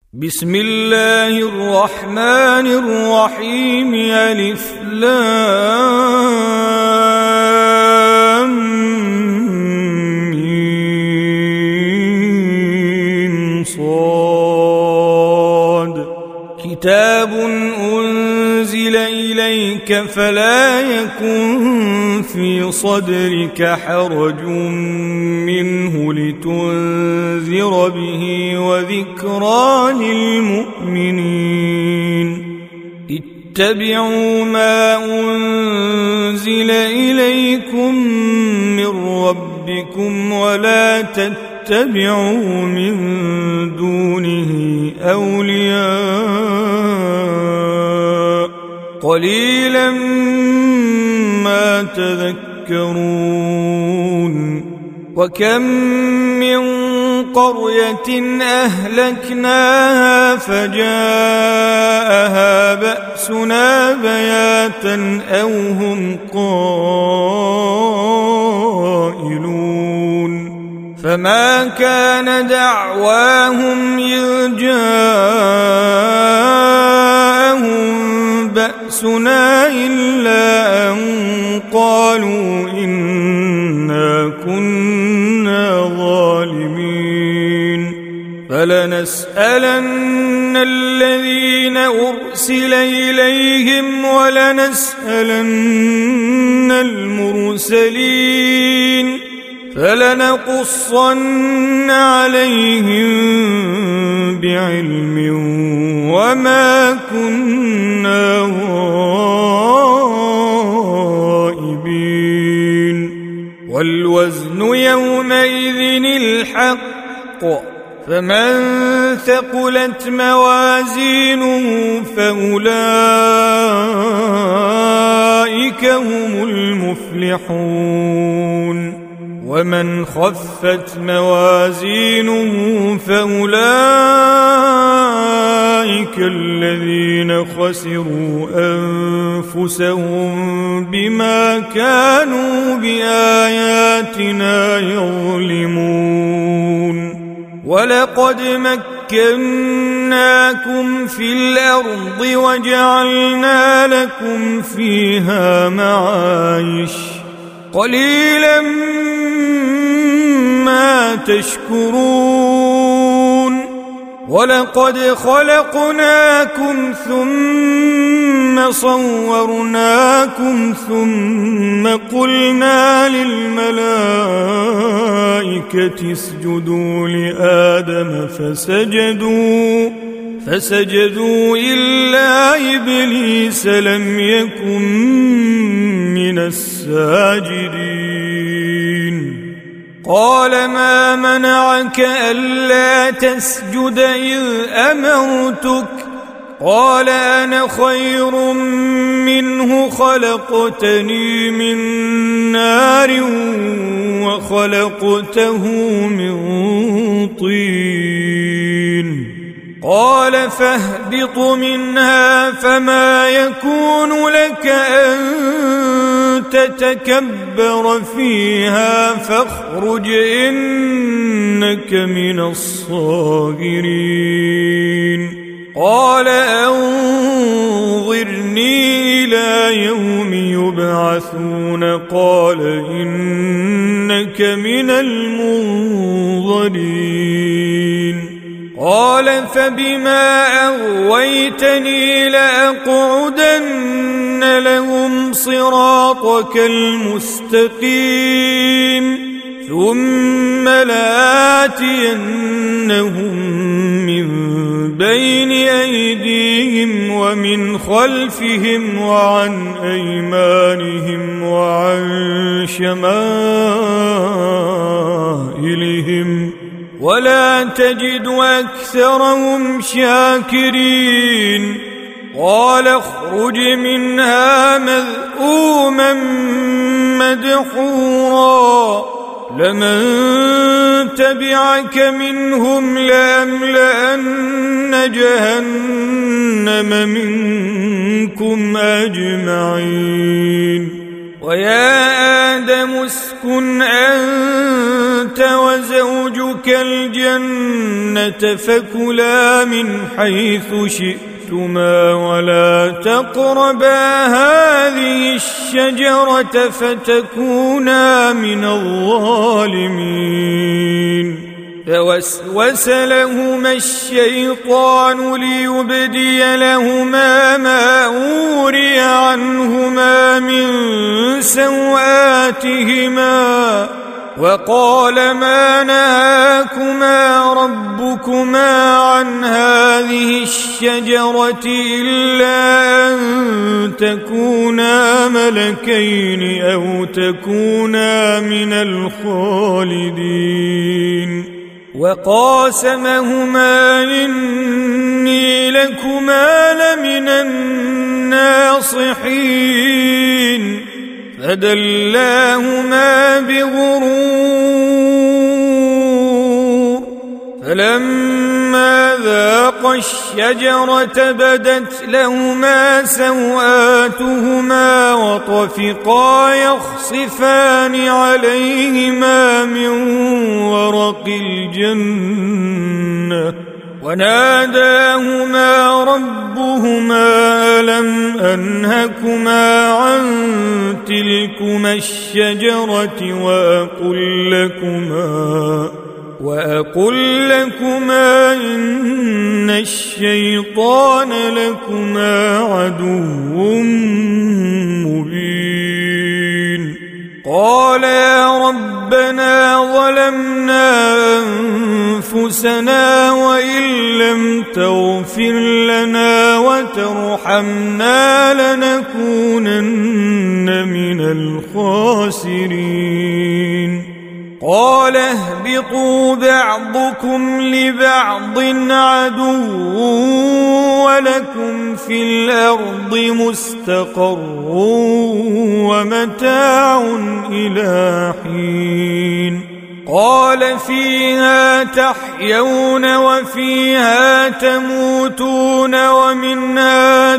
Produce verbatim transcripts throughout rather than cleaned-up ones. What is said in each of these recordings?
بسم الله الرحمن الرحيم. ألف لام ميم صاد. كتاب أنزل إليك فلا يكن في صدرك حرج منه لتنذر به وذكرى للمؤمنين. اتبعوا ما أنزل إليكم من ربكم ولا تتبعوا من دونه أولياء قليلا ما تذكرون. وكم من قرية أهلكناها فجاءها بأسنا بياتا أو هم قائلون. فما كان دعواهم إذ جاءهم بأسنا إلا أن قالوا إنا كنا ظالمين. فلنسألن الذين أرسل إليهم ولنسألن المرسلين فلنقصن عليهم بعلم وما كنا غائبين. والوزن يومئذ الحق فمن ثقلت موازينه فأولئك هم المفلحون. ومن خفت موازينه فأولئك الذين خسروا أنفسهم بما كانوا بآياتنا يظلمون. ولقد مكناكم في الأرض وجعلنا لكم فيها معايش قليلا ما تشكرون. ولقد خلقناكم ثم صورناكم ثم قلنا للملائكة اسجدوا لآدم فسجدوا فسجدوا إلا إبليس لم يكن من الساجدين. قال ما منعك ألا تسجد إذ أمرتك؟ قال أنا خير منه خلقتني من نار وخلقته من طين. قال فاهبط منها فما يكون لك أن تتكبر فيها فاخرج إنك من الصاغرين. قال أنظرني إلى يوم يبعثون قال إنك من المنظرين. قال فبما أغويتني لأقعدن لهم صراطك المستقيم ثم لآتينهم من بين أيديهم ومن خلفهم وعن أيمانهم وعن شمائلهم ولا تجد أكثرهم شاكرين. قال اخرج منها مذءوما مدحورا لمن تبعك منهم لأملأن جهنم منكم أجمعين. ويا آدم اسكن اسكن أنت وزوجك الجنة فكلا من حيث شئتما ولا تقربا هذه الشجرة فتكونا من الظالمين. فوسوس لهما الشيطان ليبدي لهما ما أوري عنهما من سوآتهما وقال ما نهاكما ربكما عن هذه الشجرة إلا أن تكونا ملكين أو تكونا من الخالدين. وقاسمهما إني لكما لمن الناصحين فدلاهما بغرور فلما ذاقا الشجرة بدت لهما سوآتهما وطفقا يخصفان عليهما من ورق الجنة وناداهما ربهما ألم أنهكما عن تلكما الشجرة وأقل لكما وأقل لكما إن الشيطان لكما عدو مبين. قال يا ربنا ظلمنا أنفسنا وإن لم تغفر لنا وترحمنا لنكونن من الخاسرين. قال اهبطوا بعضكم لبعض عدو ولكم في الأرض مستقر ومتاع إلى حين. قال فيها تحيون وفيها تموتون ومنها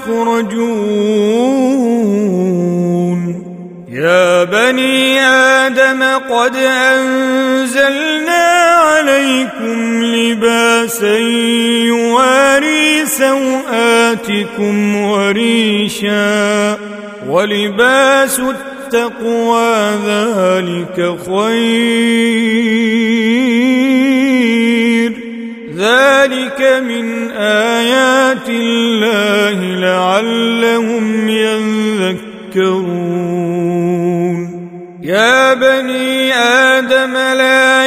تخرجون. يا بني آدم قد أنزلنا عليكم لباسا يواري سوآتكم وريشا ولباس التقوى ذلك خير ذلك من آيات الله لعلهم يذكرون. يا بني آدم لا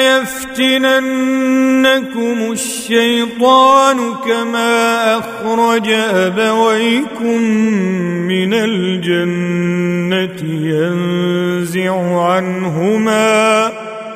يفتننكم الشيطان كما أخرج أبويكم من الجنة ينزع عنهما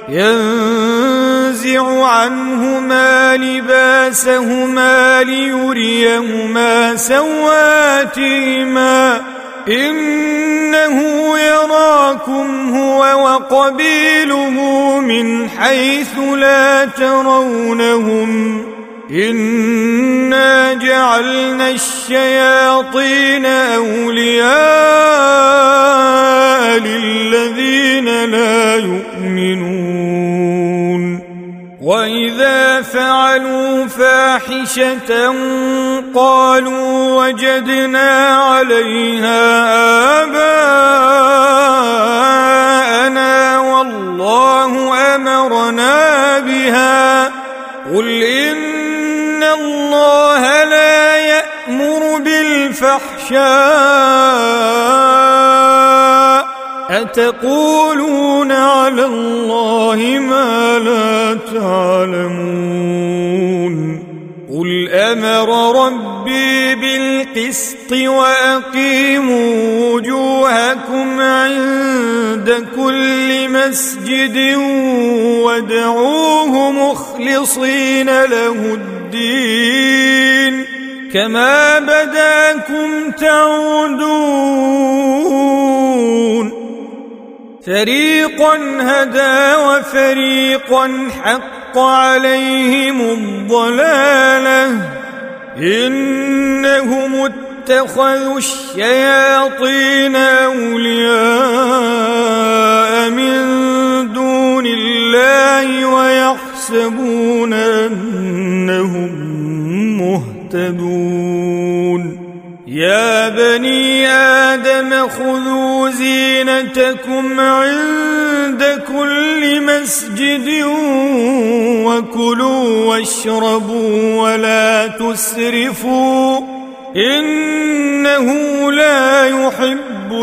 ينزع عنهما لباسهما ليريهما سواتهما إنه يراكم هو وقبيله من حيث لا ترونهم إنا جعلنا الشياطين أولياء للذين لا يؤمنون. وإذا فعلوا فاحشة قالوا وجدنا عليها آباءنا والله أمرنا بها قل إن الله لا يأمر بالفحشاء أتقولون على الله ما لا تعلمون. قل أمر ربي بالقسط وأقيموا وجوهكم عند كل مسجد وادعوه مخلصين له الدين كما بداكم تعودون. فريقا هدى وفريقا حق عليهم الضلالة إنهم اتخذوا الشياطين أولياء من الله ويحسبون أنهم مهتدون يا بني آدم خذوا زينتكم عند كل مسجد وكلوا واشربوا ولا تسرفوا إنه لا يحب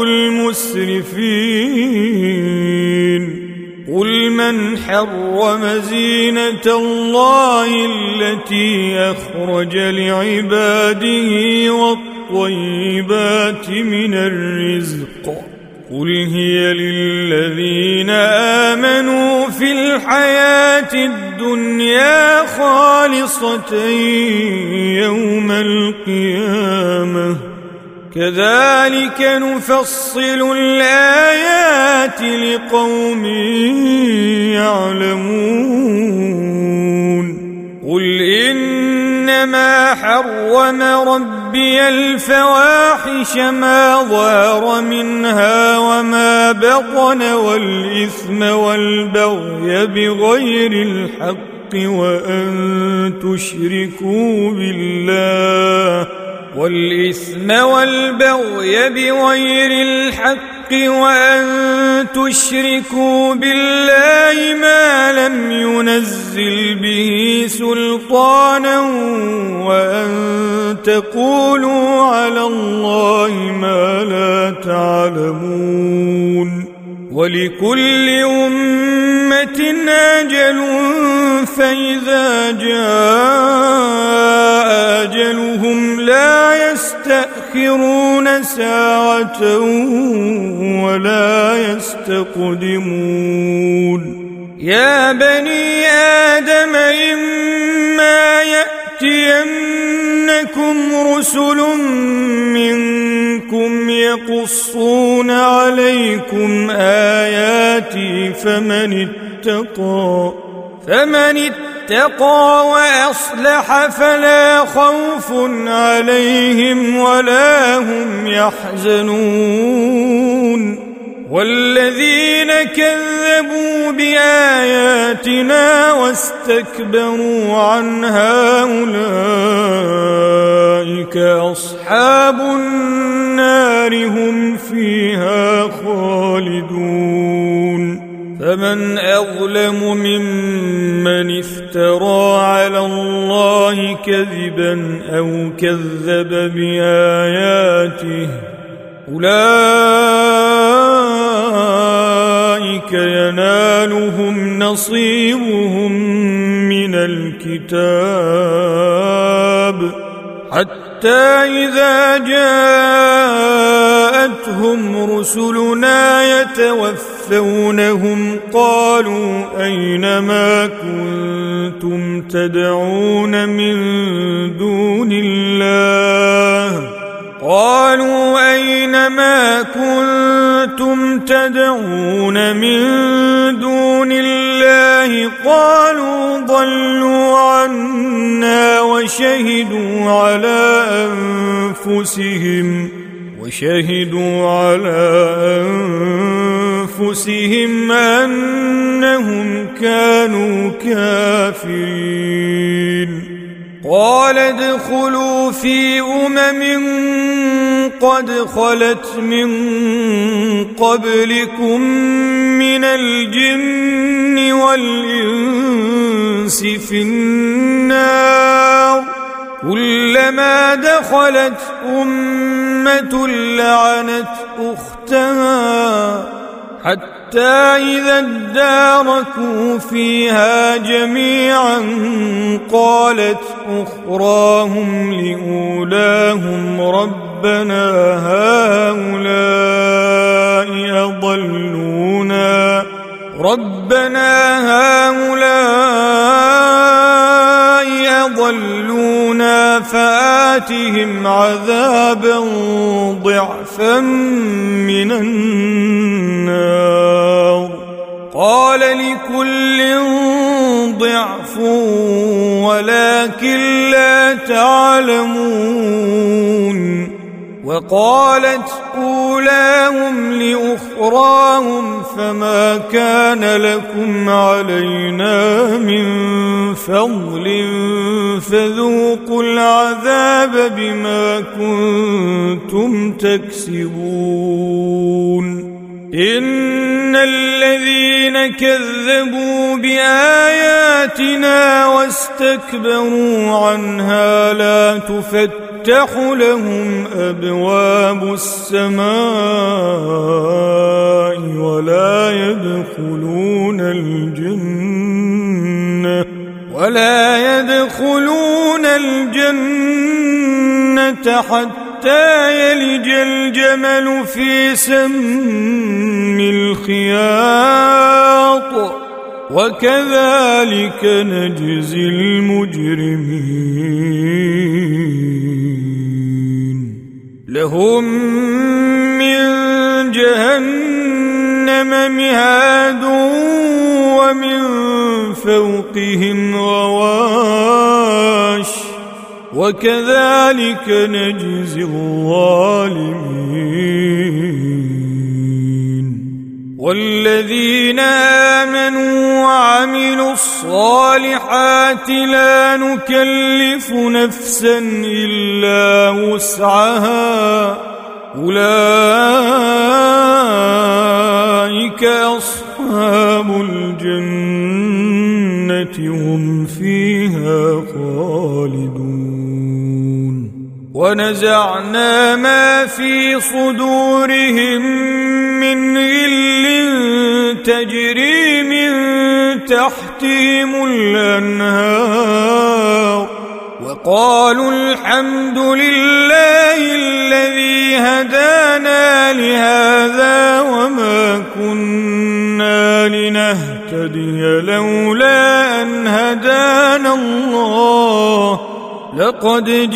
المسرفين قل من حرم زينة الله التي أخرج لعباده والطيبات من الرزق قل هي للذين آمنوا في الحياة الدنيا خالصة يوم القيامة كذلك نفصل الآيات لقوم يعلمون قل إنما حرم ربي الفواحش ما ظهر منها وما بطن والإثم والبغي بغير الحق وأن تشركوا بالله والإثم والبغي بغير الحق وأن تشركوا بالله ما لم ينزل به سلطانا وأن تقولوا على الله ما لا تعلمون ولكل أمة أجل فإذا جاء أجلهم لا يستأخرون ساعة ولا يستقدمون يا بني آدم إما يأتينكم رسل منكم يقصون عليكم آياتي فمن اتقى فمن اتقى وأصلح فلا خوف عليهم ولا هم يحزنون والذين كذبوا بآياتنا واستكبروا عنها أولئك أصحاب النار هم فيها خالدون فمن أظلم ممن افترى على الله كذبا أو كذب بآياته أولئك ينالهم نصيبهم من الكتاب حتى إذا جاءتهم رسلنا يتوفونهم قالوا أين ما كنتم تدعون من دون الله قالوا أين ما كنتم تدعون من دون الله قالوا ضلوا عنا وشهدوا على أنفسهم وشهدوا على أنفسهم أنهم كانوا كافرين قال ادخلوا في أمم قد خلت من قبلكم من الجن والإنس في النار كلما دخلت أمة لعنت أختها حتى إذا اداركوا فيها جميعا قالت أخراهم لأولاهم ربنا هؤلاء أضلونا ربنا هؤلاء أضلونا فآتهم عذابا ضعفا من النار قال لكل ضعف ولكن لا تعلمون وقالت أولاهم لأخراهم فما كان لكم علينا من فضل فذوقوا العذاب بما كنتم تكسبون إن الذين كذبوا بآياتنا واستكبروا عنها لا تفتح لهم أبواب السماء ولا يدخلون الجنة ولا يدخلون الجنة حتى يلج الجمل في سم الخياط وكذلك نجزي المجرمين لهم من جهنم مهاد ومن فوقهم غواش وكذلك نجزي الظالمين والذين آمنوا وعملوا الصالحات لا نكلف نفسا إلا وسعها أولئك أصحاب الجنة هم فيها خالدون ونزعنا ما في صدورهم من غل تجري من تحتهم الأنهار وقالوا الحمد لله الذي هدانا لهذا وما كنا لنهتدي لولا أن هدانا الله لقد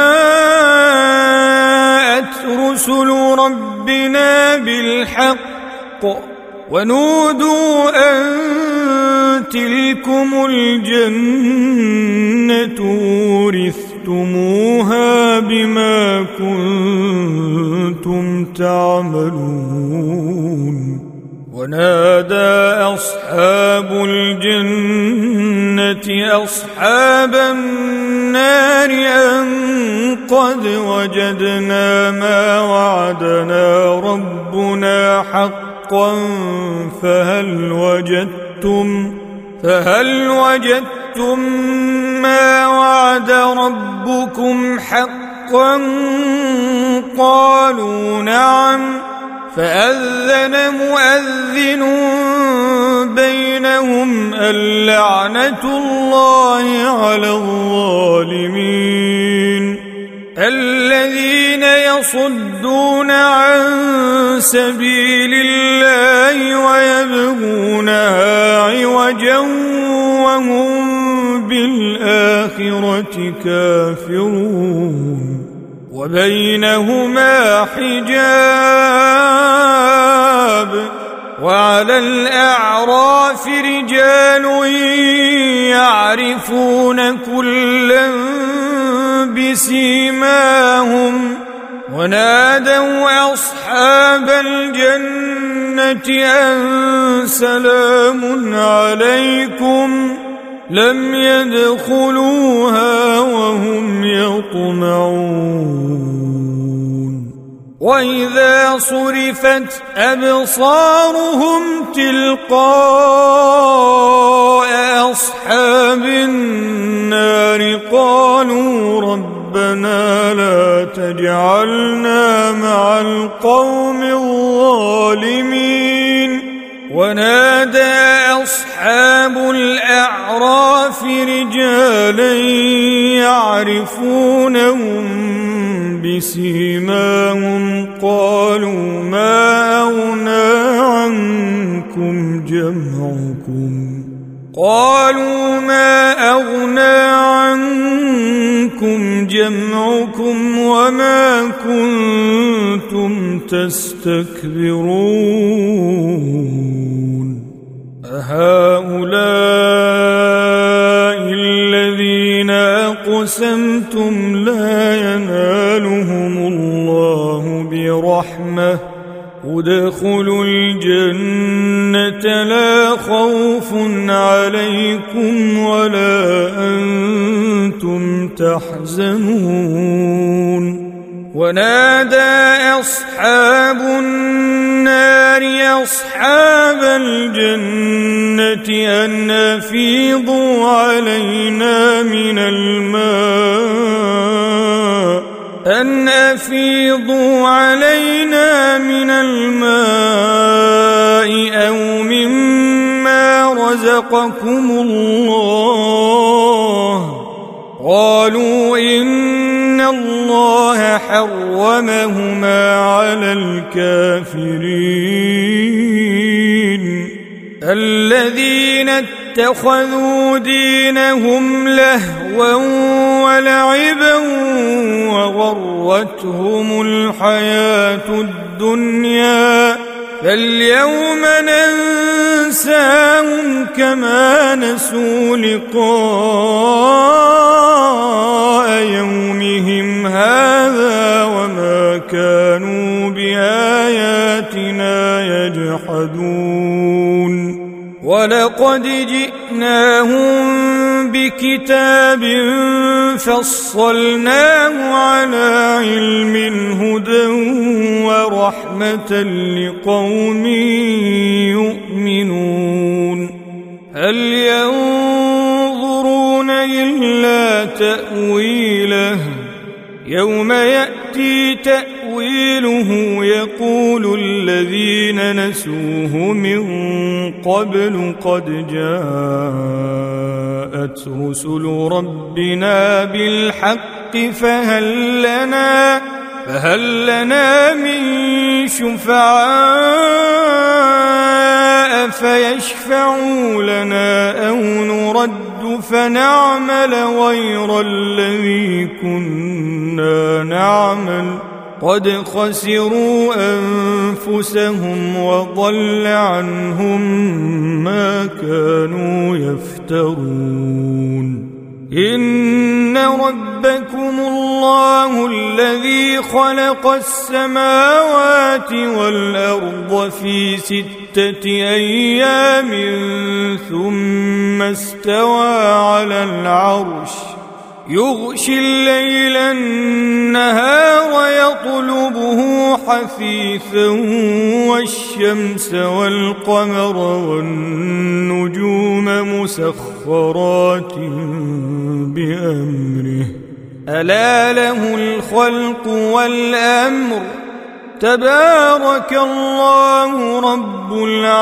جاءت رسل ربنا بالحق ونودوا أن تلكم الجنة ورثتموها بما كنتم تعملون ونادى أصحاب الجنة أصحاب النار أن قد وجدنا ما وعدنا ربنا حقا فهل وجدتم فهل وجدتم ما وعد ربكم حقا قالوا نعم فأذن مؤذن بينهم اللعنة الله على الظالمين الذين يصدون عن سبيل الله ويبغونها عوجا وهم بالآخرة كافرون وبينهما حجاب وعلى الأعراف رجال يعرفون كلا بسيماهم ونادوا أصحاب الجنة أن سلام عليكم لم يدخلوها وهم يطمعون وإذا صرفت أبصارهم تلقاء أصحاب النار قالوا ربنا لا تجعلنا مع القوم الظالمين ونادى أصحاب الأعراف رجالا يعرفونهم بسيماهم قالوا ما أغنى عنكم جمعكم قالوا ما أغنى عنكم جمعكم وما كنتم تستكبرون أهؤلاء الذين أقسمتم لا ينالهم الله برحمة ادخلوا الجنة لا خوف عليكم ولا أنتم تحزنون ونادى أصحاب النار أصحاب الجنة أن أفيضوا علينا من الماء أن أفيضوا علينا من الماء أو مما رزقكم الله قالوا إن الله حرمهما على الكافرين الذين اتخذوا دينهم لهوا ولعبا وغرتهم الحياة الدنيا فاليوم ننساهم كما نسوا لقاء يومهم هذا وما كانوا بآياتنا يجحدون ولقد جئناهم بكتاب فصلناه على علم هدى ورحمة لقوم يؤمنون هل ينظرون إلا تأويله يوم يأتي تأويله يقول الذين نسوه من قبل قد جاءت رسل ربنا بالحق فهل لنا فهل لنا من شفعاء فيشفعوا لنا أو نرد فنعمل غير الذي كنا نعمل قد خسروا أنفسهم وضل عنهم ما كانوا يفترون إن ربكم الله الذي خلق السماوات والأرض في ستة أيام ثم استوى على العرش يغشي الليل النهار يطلبه حثيثا والشمس والقمر والنجوم مسخرات بأمره ألا له الخلق والأمر تبارك الله رب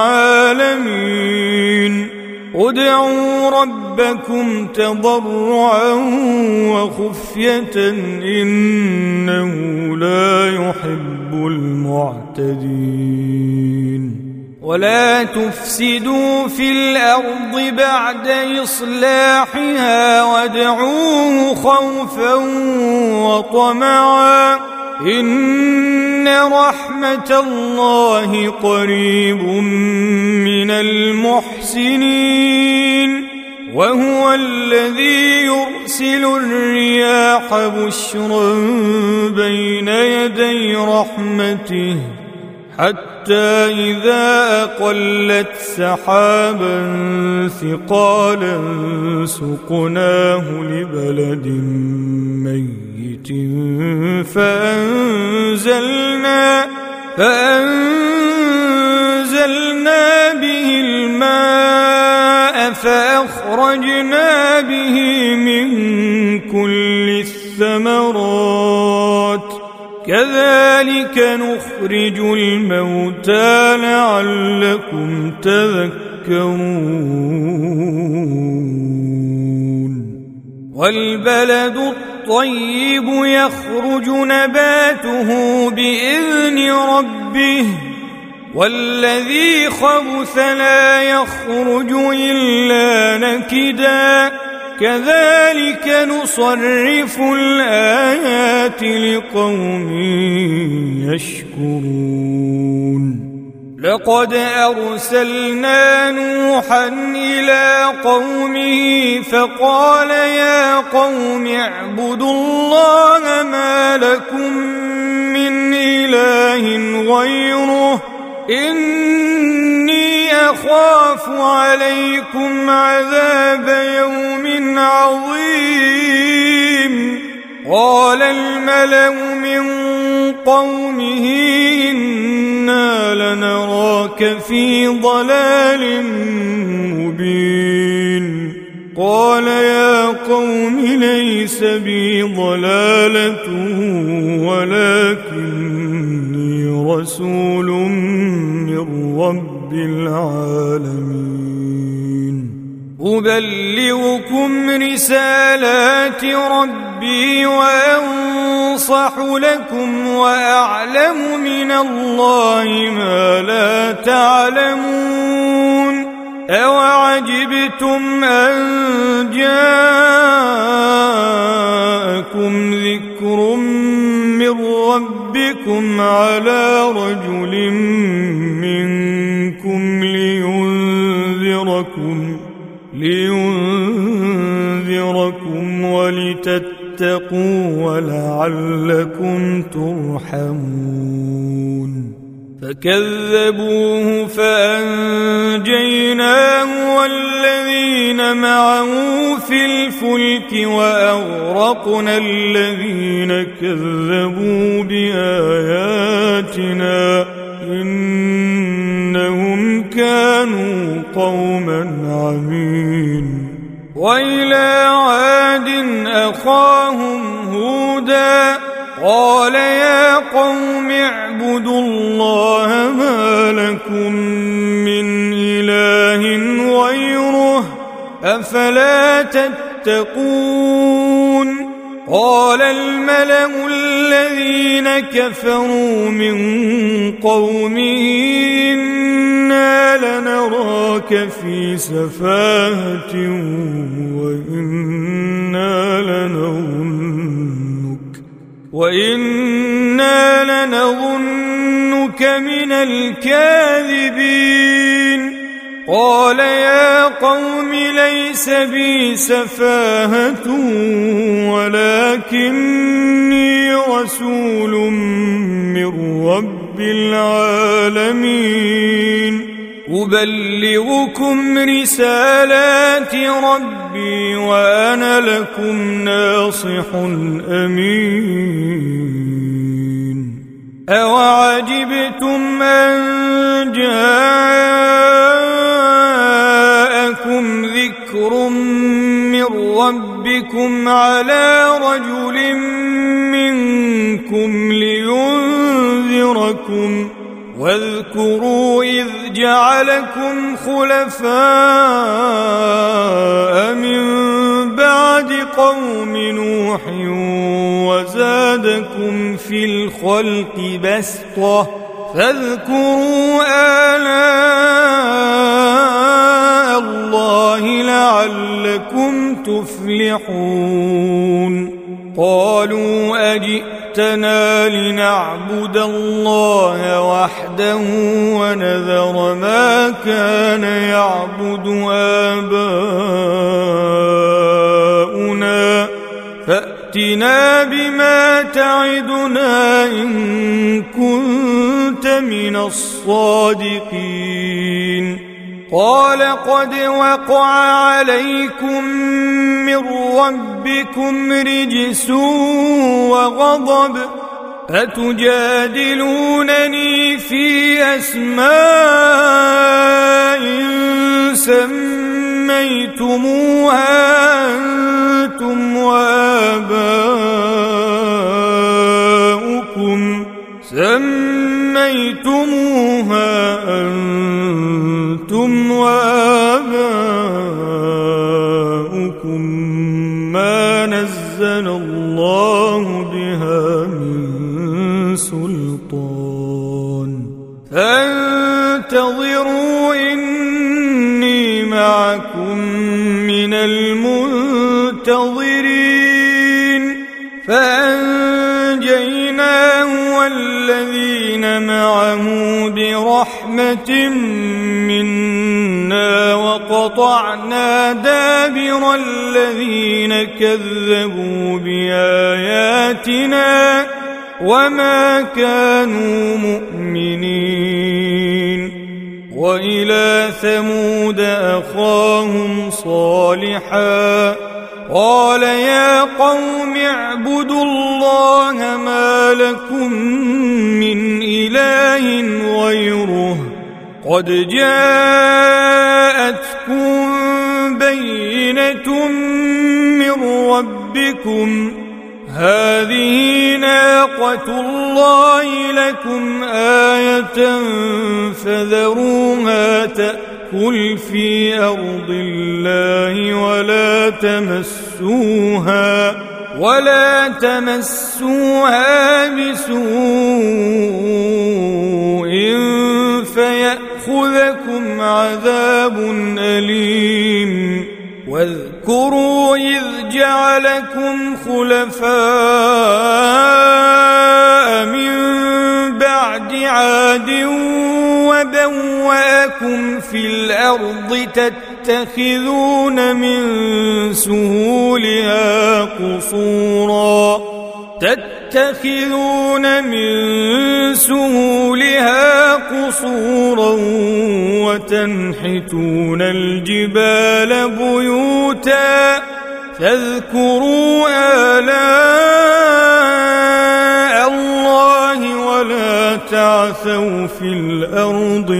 العالمين ادعوا ربكم تضرعا وخفية إنه لا يحب المعتدين ولا تفسدوا في الأرض بعد إصلاحها وادعوه خوفا وطمعا إن رحمة الله قريب من المحسنين وهو الذي يرسل الرياح بشرا بين يدي رحمته حتى إذا أقلت سحابا ثقالا سقناه لبلد ميت فأنزلنا فأنزلنا به الماء فأخرجنا به من كل الثمرات كذلك نخرج الموتى لعلكم تذكرون والبلد الطيب يخرج نباته بإذن ربه والذي خبث لا يخرج إلا نكدا كذلك نصرف الآيات لقوم يشكرون لقد أرسلنا نوحا إلى قومه فقال يا قوم اعبدوا الله ما لكم من إله إله غيره إني أخاف عليكم عذاب يوم عظيم. قال الملأ من قومه إنا لنراك في ضلال مبين. قال يا قوم ليس بي ضلالة ولكني رسول من رب العالمين أبلغكم رسالات ربي وأنصح لكم وأعلم من الله ما لا تعلمون. أوعجبتم أن جاءكم ذكر من ربكم على رجل منكم لينذركم لينذركم ولتتقوا ولعلكم ترحمون. فكذبوه فأنجيناه والذين معه في الفلك وأغرقنا الذين كذبوا بآياتنا إنهم كانوا قوما عمين. وإلى عاد أخاهم هودا قال يا قوم اعبدوا الله ما لكم من إله غيره أفلا تتقون. قال الملأ الذين كفروا من قومه إنا لنراك في سفاهة وإنا لنظنك وإنا لنظنك من الكاذبين. قال يا قوم ليس بي سفاهة ولكني رسول من رب العالمين أبلغكم رسالات ربي وأنا لكم ناصح أمين. أوعجبتم أن جاءكم ذكر من ربكم على رجل منكم لينذركم واذكروا إذ جعلكم خلفاء من بعد قوم نوح وزادكم في الخلق بسطة فاذكروا آلاء الله لعلكم تفلحون. قالوا أجئتنا لنعبد الله وحده ونذر ما كان يعبد آباؤنا فأتنا بما تعدنا إن كنت من الصادقين. قال قد وقع عليكم من ربكم رجس وغضب أتجادلونني في أسماء سميتموها أنتم وآباؤكم سميتموها أنتم وآباؤكم ما نزل الله بها من سلطان فانتظروا إني معكم من المنتظرين. فأنجيناه والذين معه برحمة منا وقطعنا دابر الذين كذبوا بآياتنا وما كانوا مؤمنين. وإلى ثمود أخاهم صالحا قال يا قوم اعبدوا الله ما لكم من إله غيره قد جاءتكم بينة من ربكم هذه ناقة الله لكم آية فذروها تأكل في أرض الله ولا تمسوها ولا تمسوها بسوء فيأخذكم عذاب أليم. واذكروا إذ جعلكم خلفاء من بعد عاد وبوأكم في الأرض تتخذون من سهولها قصورا تتخذون من سهولها قصورا وتنحتون الجبال بيوتا فاذكروا آلاء الله ولا تعثوا في الأرض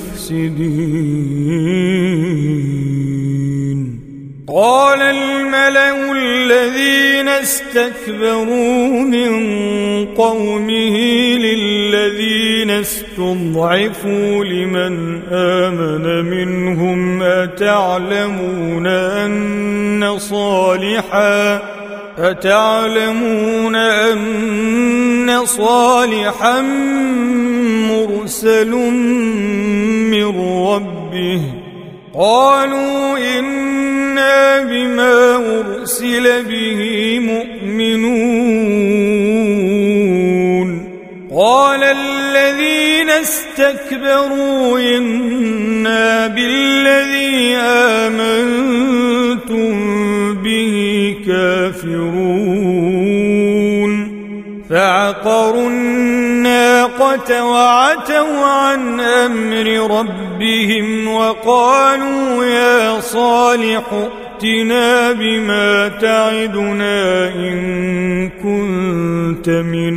مفسدين. قال الملأ الذين استكبروا من قومه للذين استضعفوا لمن آمن منهم أتعلمون أن صالحا أتعلمون أن صالحا مرسل من ربه قالوا إنا بما أرسل به مؤمنون. قال الذين استكبروا إنا بالذي آمنتم به كافرون. فعقروا الناقة وعتوا عن أمر ربهم وقالوا يا صالح ائتنا بما تعدنا إن كنت من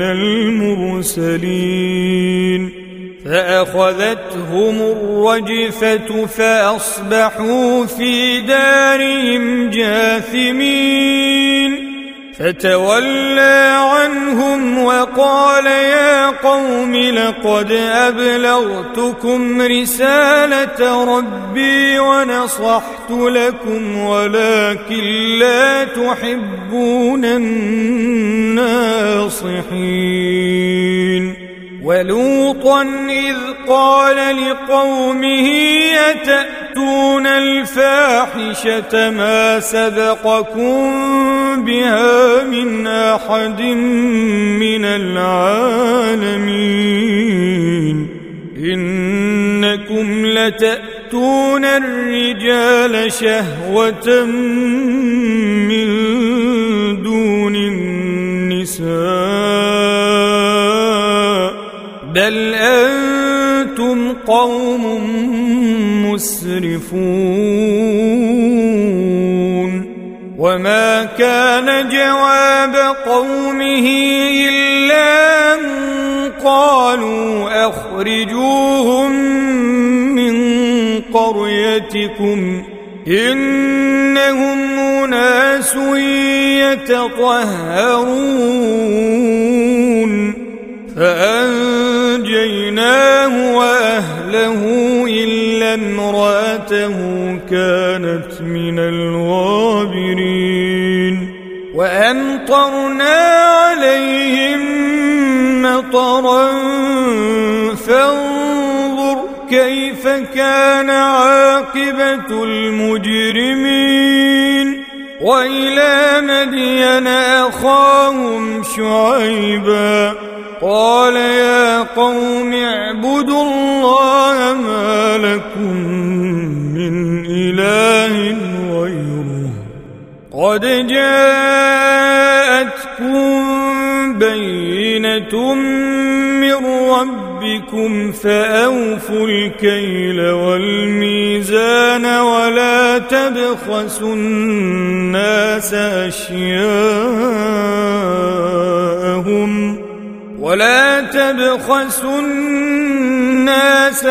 المرسلين. فأخذتهم الرجفة فأصبحوا في دارهم جاثمين. فتولى عنهم وقال يا قوم لقد أبلغتكم رسالة ربي ونصحت لكم ولكن لا تحبون الناصحين. ولوطا إذ قال لقومه أتأتون الفاحشة ما سبقكم بها من أحد من العالمين إنكم لتأتون الرجال شهوة من دون النساء بل أنتم قوم مسرفون. وما كان جواب قومه إلا أن قالوا أخرجوهم من قريتكم إنهم أناس يتطهرون. فأنجيناه وأهله إلا امرأته كانت من الغابرين. وأمطرنا عليهم مطرا فانظر كيف كان عاقبة المجرمين. وإلى مدين أخاهم شعيبا قال يا قوم اعبدوا الله ما لكم من إله غيره قد جاءتكم بينة من ربكم فأوفوا الكيل والميزان ولا تبخسوا الناس أشياءهم ولا تبخسوا الناس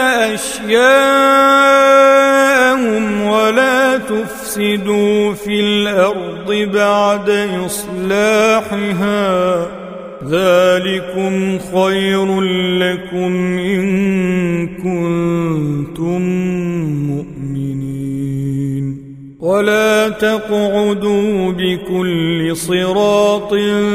أشياءهم ولا تفسدوا في الأرض بعد إصلاحها ذلكم خير لكم إن كنتم مؤمنين ولا تقعدوا بكل صراط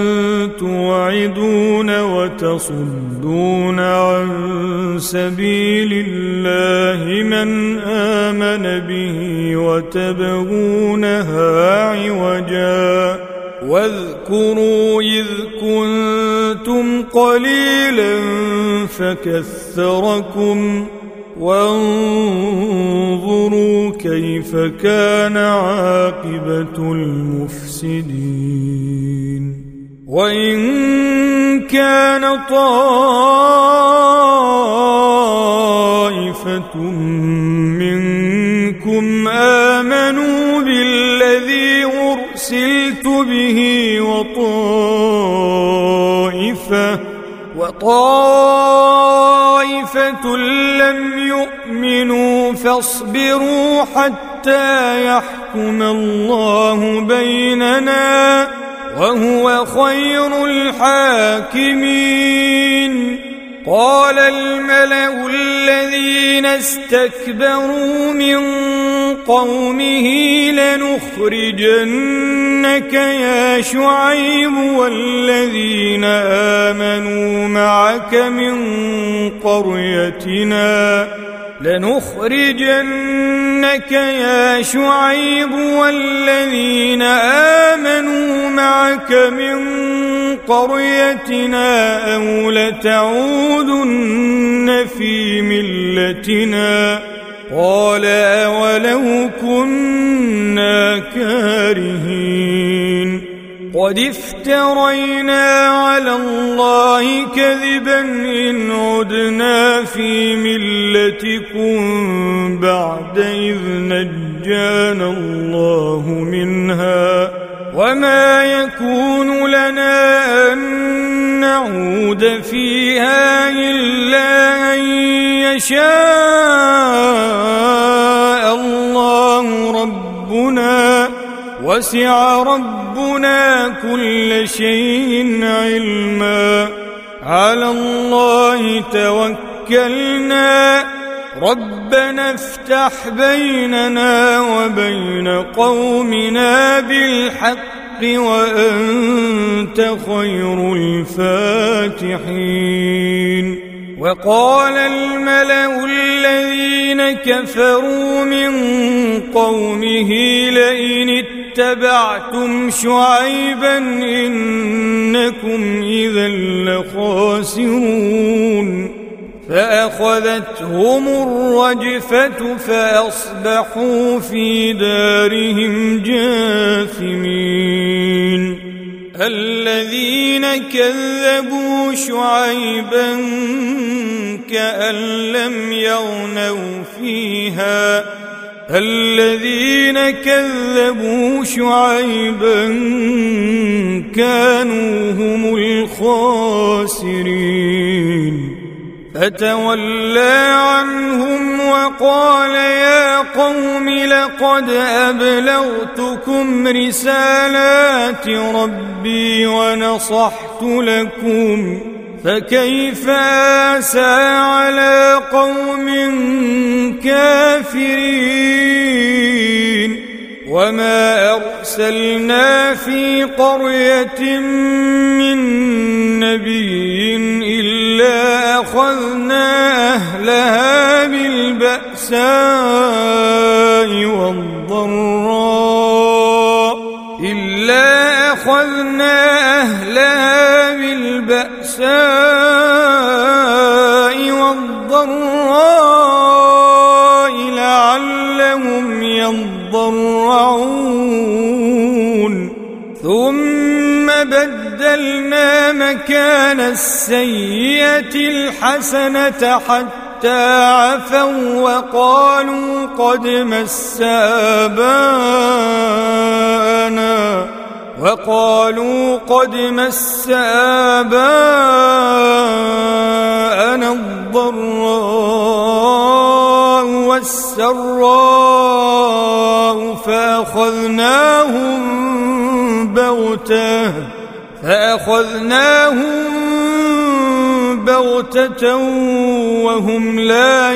توعدون وتصدون عن سبيل الله من آمن به وتبغونها عوجا واذكروا إذ كنتم قليلا فكثركم وانظروا كيف كان عاقبة المفسدين وإن كان طائفة منكم آمنوا بالذي أرسلت به وطائفة وطائفة لم يؤمنوا فاصبروا حتى يحكم الله بيننا وهو خير الحاكمين قال الملأ الذين استكبروا من قومه لنخرجنك يا شعيب والذين آمنوا معك من قريتنا لنخرجنك يا شعيب والذين آمنوا معك من قريتنا أو لتعودن في ملتنا قال أولو كنا كارهين قد افترينا على الله كذبا إن عدنا في ملتكم بعد إذ نجانا الله منها وما يكون لنا أن نعود فيها إلا أن يشاء الله ربنا وسع ربنا كل شيء علما على الله توكلنا ربنا افتح بيننا وبين قومنا بالحق وأنت خير الفاتحين وقال الملأ الذين كفروا من قومه لئن اتبعتم شعيبا إنكم إذا لخاسرون فأخذتهم الرجفة فأصبحوا في دارهم جاثمين الذين كذبوا شعيبا كأن لم يغنوا فيها الذين كذبوا شعيبا كانوا هم الخاسرين فتولى عنهم وقال يا قوم لقد أبلغتكم رسالات ربي ونصحت لكم فكيف آسى على قوم كافرين وما أرسلنا في قرية من نبي إلا أخذنا أهلها بالبأساء والضراء إلا أخذنا أهلها بالبأساء والضراء لعلهم يضرعون ثم بدلنا مكان السيئة الحسنة حتى عفوا وقالوا قد مس آباءنا وقالوا قد مس آباءنا الضراء والسراء فأخذناهم بغتة فأخذناهم بغتة وهم لا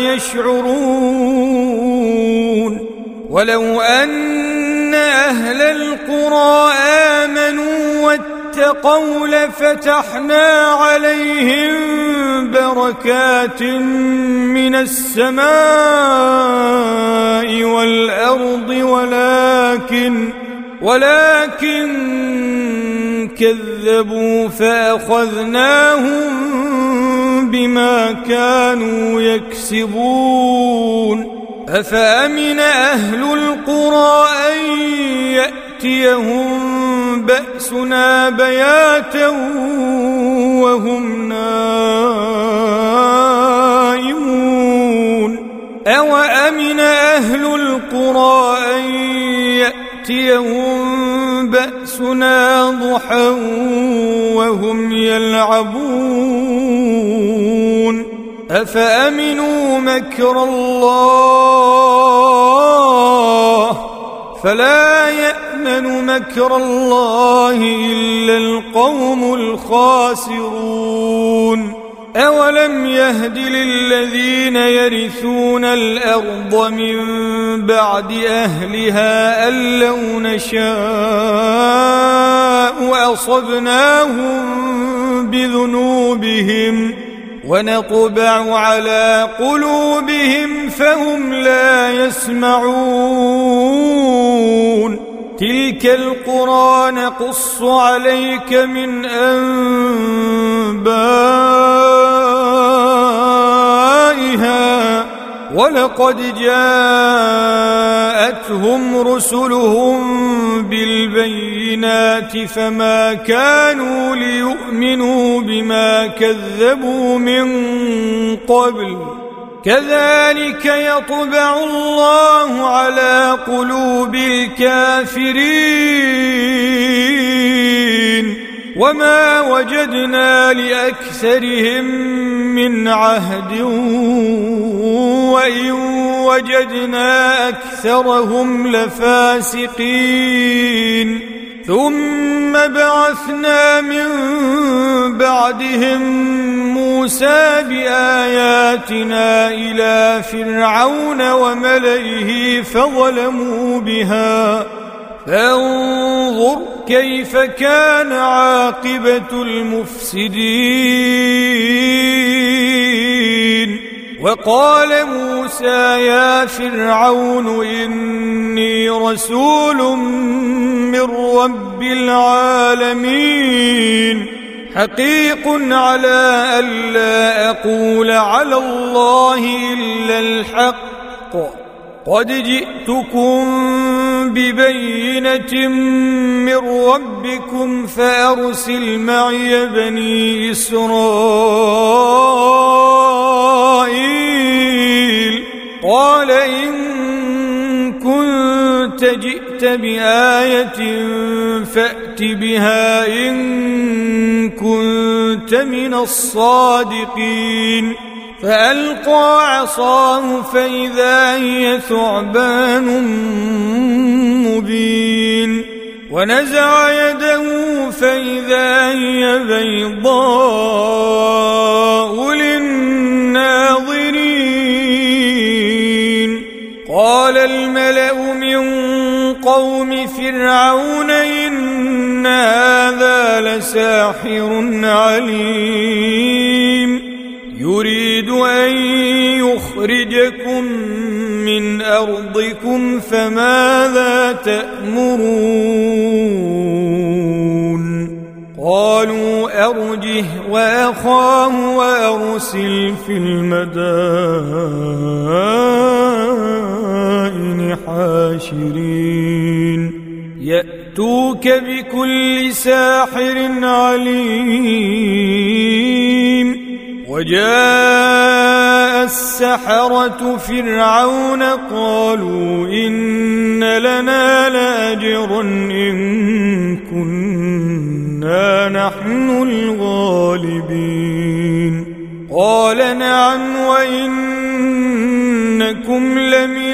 يشعرون ولو أن أهل القرى آمنوا واتقوا لفتحنا عليهم بركات من السماء والأرض ولكن ولكن كذبوا فأخذناهم بما كانوا يكسبون أفأمن أهل القرى أن يأتيهم بأسنا بياتا وهم نائمون أوأمن أهل القرى أن يأتيهم بأسنا ضحى وهم يلعبون أفأمنوا مكر الله فلا يأمن مكر الله إلا القوم الخاسرون أولم يهد للذين يرثون الأرض من بعد أهلها أن لو نشاء أصبناهم بذنوبهم ونطبع على قلوبهم فهم لا يسمعون تلك القرى نقص عليك من أنبائها ولقد جاءتهم رسلهم بالبينات فما كانوا ليؤمنوا بما كذبوا من قبل كذلك يطبع الله على قلوب الكافرين وما وجدنا لأكثرهم من عهد وإن وجدنا أكثرهم لفاسقين ثم بعثنا من بعدهم موسى بآياتنا إلى فرعون وملئه فظلموا بها فانظر كيف كان عاقبة المفسدين وقال موسى يا فرعون إني رسول من رب العالمين حقيق على ألا أقول على الله إلا الحق قد جئتكم ببينة من ربكم فأرسل معي بني إسرائيل قال إن كنت جئت بآية فأت بها إن كنت من الصادقين فألقى عصاه فإذا هي ثعبان مبين ونزع يده فإذا هي بيضاء للناظرين قال الملأ من قوم فرعون إن هذا لساحر عليم يريد أن يخرجكم من أرضكم فماذا تأمرون قالوا أرجه وأخاه وأرسل في المدائن حاشرين يأتي يأتوك بكل ساحر عليم. وجاء السحرة فرعون قالوا إن لنا لأجرا إن كنا نحن الغالبين. قال نعم وإنكم لمن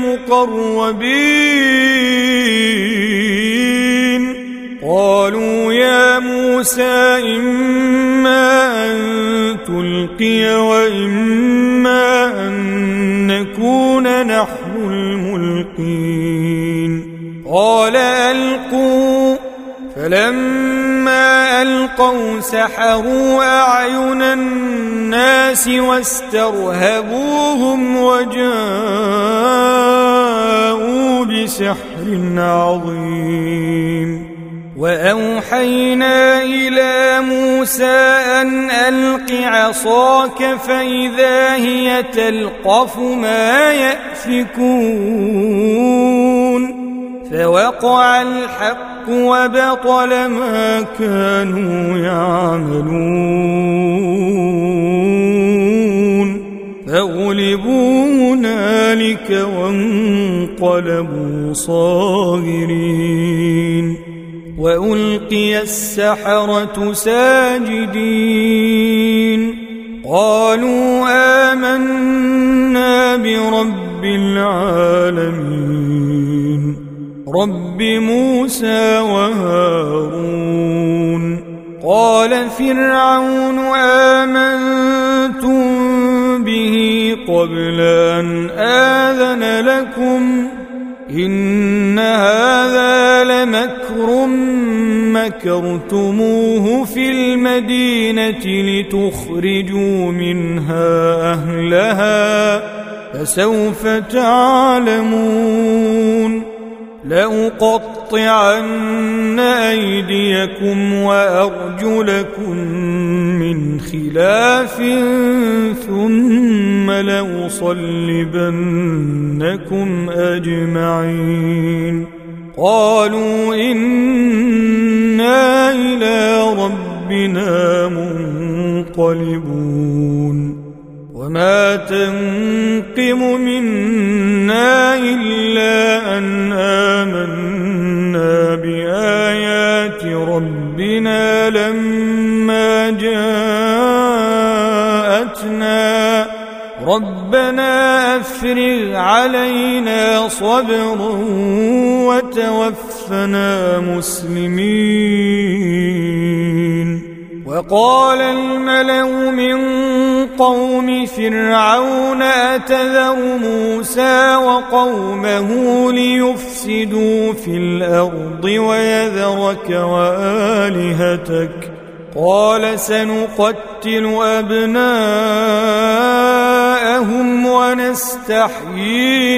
المقربين. قالوا يا موسى إما أن تلقي وإما أن نكون نحن الملقين. قال ألقوا. فلما ألقوا سحروا أعين الناس واسترهبوهم وجاءوا بسحر عظيم. وأوحينا إلى موسى أن ألق عصاك فإذا هي تلقف ما يأفكون. فوقع الحق وبطل ما كانوا يعملون. فغلبوا هنالك وانقلبوا صاغرين. وألقي السحرة ساجدين قالوا آمنا برب العالمين رب موسى وهارون. قال فرعون آمنتم به قبل أن آذن لكم إن هذا لمكر مكرتموه في المدينة لتخرجوا منها أهلها فسوف تعلمون. لأقطعن أيديكم وأرجلكم من خلاف ثم لأصلبنكم أجمعين. قالوا إنا إلى ربنا منقلبون. وما تنقم منا إلا أن آمنا بآيات ربنا لما جاءتنا ربنا أفرغ علينا صبرا وتوفنا مسلمين. وقال الملأ من قوم فرعون أتذر موسى وقومه ليفسدوا في الأرض ويذرك وآلهتك قال سنقتل أبناءهم ونستحيي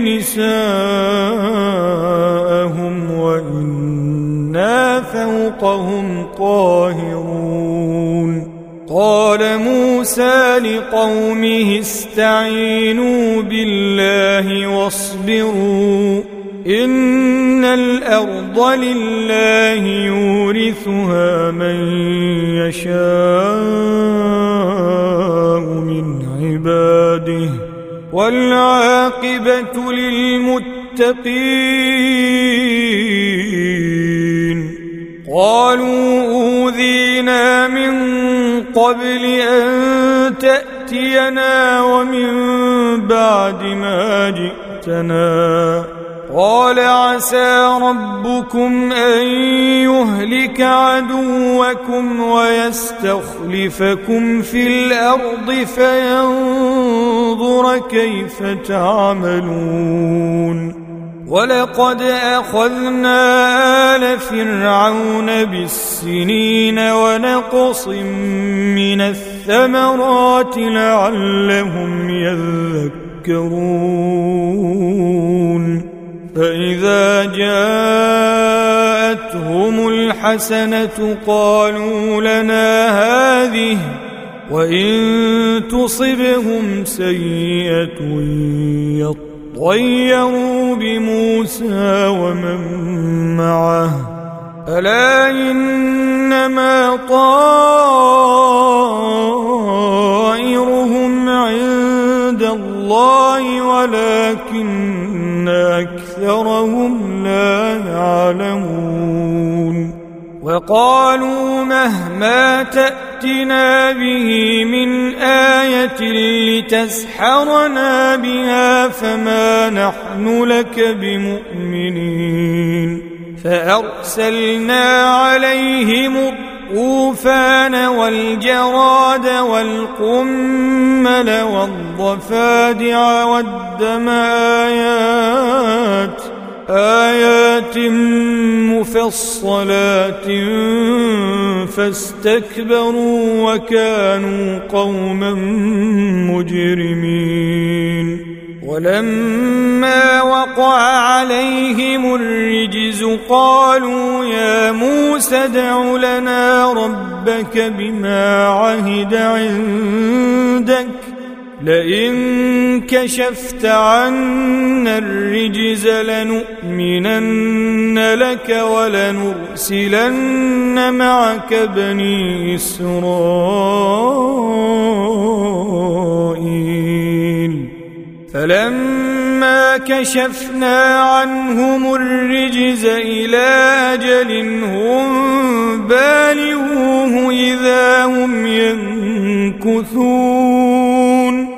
نساءهم وإنا فوقهم قاهرون. قال موسى لقومه استعينوا بالله واصبروا إن الأرض لله يورثها من يشاء من عباده والعاقبة للمتقين. قالوا أوذينا من قبل أن تأتينا ومن بعد ما جئتنا قال عسى ربكم أن يهلك عدوكم ويستخلفكم في الأرض فينظر كيف تعملون. ولقد أخذنا آل فرعون بالسنين ونقص من الثمرات لعلهم يذكرون. فإذا جاءتهم الحسنة قالوا لنا هذه وإن تصبهم سيئة يطيروا بموسى ومن معه ألا إنما طائرهم عند الله ولكن أكثرهم لا يعلمون وقالوا مهما تأتنا به من آية لتسحرنا بها فما نحن لك بمؤمنين فأرسلنا عليهم الطوفان والجراد والقمل والضفادع والدم آيات آيات مفصلات فاستكبروا وكانوا قوما مجرمين ولما وقع عليهم الرجز قالوا يا موسى ادع لنا ربك بما عهد عندك لئن كشفت عنا الرجز لنؤمنن لك ولنرسلن معك بني إسرائيل فلما كشفنا عنهم الرجز إلى أجل هم بالغوه إذا هم ينكثون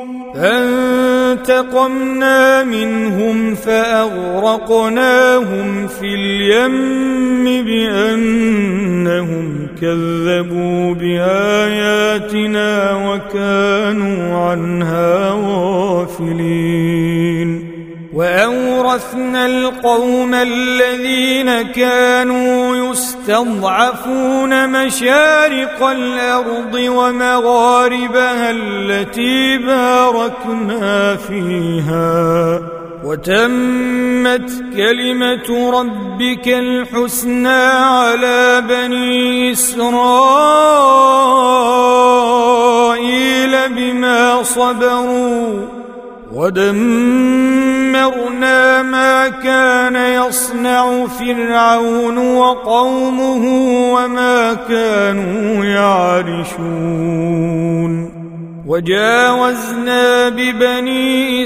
فانتقمنا منهم فأغرقناهم في اليم بأنهم كذبوا بآياتنا وكانوا عنها غافلين وأورثنا القوم الذين كانوا يستضعفون مشارق الأرض ومغاربها التي باركنا فيها وتمت كلمة ربك الحسنى على بني إسرائيل بما صبروا ودمرنا ما كان يصنع فرعون وقومه وما كانوا يعرشون وجاوزنا ببني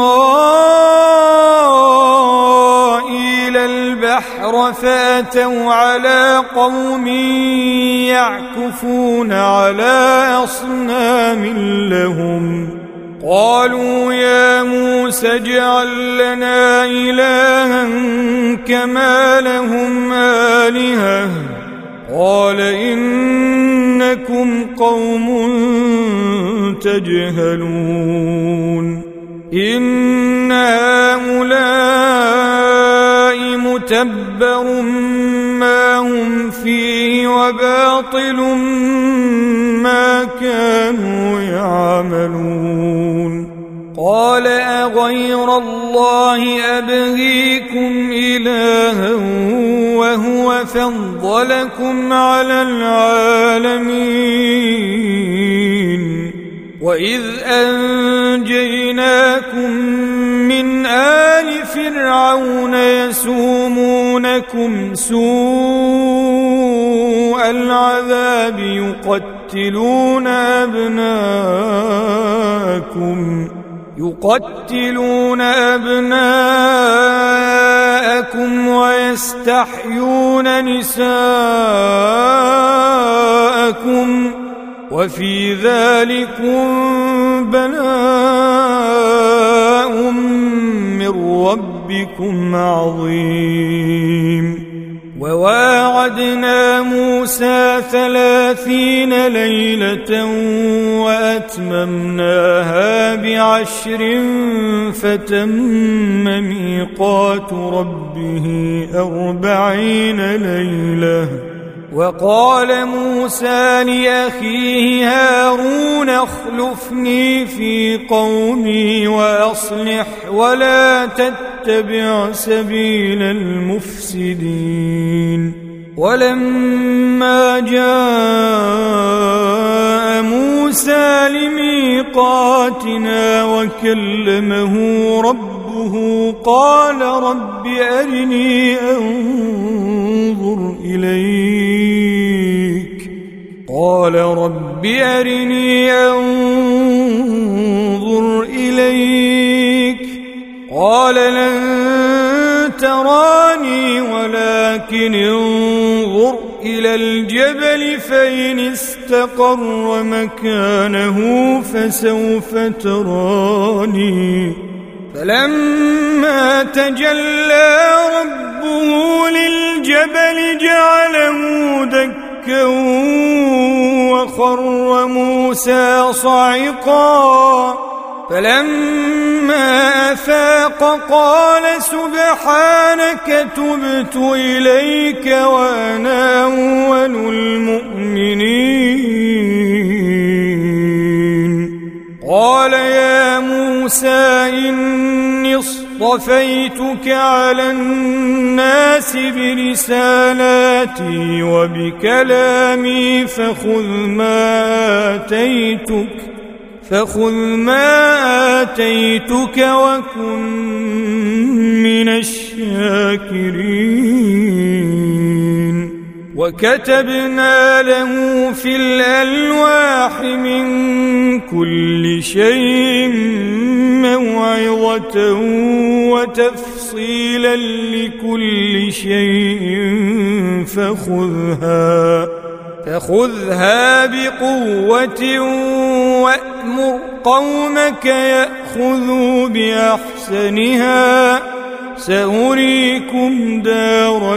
إسرائيل البحر فأتوا على قوم يعكفون على أصنام لهم قالوا يا موسى اجعل لنا إلها كما لهم آلهة قال إنكم قوم تجهلون إن هؤلاء متبر ما هم فيه وباطل ما كانوا يعملون قال أغير الله أبغيكم إلها وهو فضلكم على العالمين وإذ أنجيناكم من آل فرعون يسومونكم سوء العذاب يقتلون أبناءكم يقتلون أبناءكم ويستحيون نساءكم وفي ذلكم بلاء من ربكم عظيم وواعدنا موسى ثلاثين ليلة وأتممناها بعشر فتم ميقات ربه أربعين ليلة وقال موسى لأخيه هارون اخلفني في قومي وأصلح ولا تتبع سبيل المفسدين ولما جاء موسى لميقاتنا وكلمه ربه قال رب أرني أنظر إليك قال رب أرني أنظر إليك قال لن تراني ولكن انظر إلى الجبل فإن استقر مكانه فسوف تراني فلما تجلى ربه للجبل جعله دكا وخر موسى صعقا فلما أفاق قال سبحانك تبت إليك وأنا أول المؤمنين قال يا موسى إني اصطفيتك على الناس برسالاتي وبكلامي فخذ ما آتيتك فخذ ما آتيتك وكن من الشاكرين وكتبنا له في الألواح من كل شيء موعظة وتفصيلا لكل شيء فخذها فخذها بقوة وأمر قومك يأخذوا بأحسنها سأريكم دار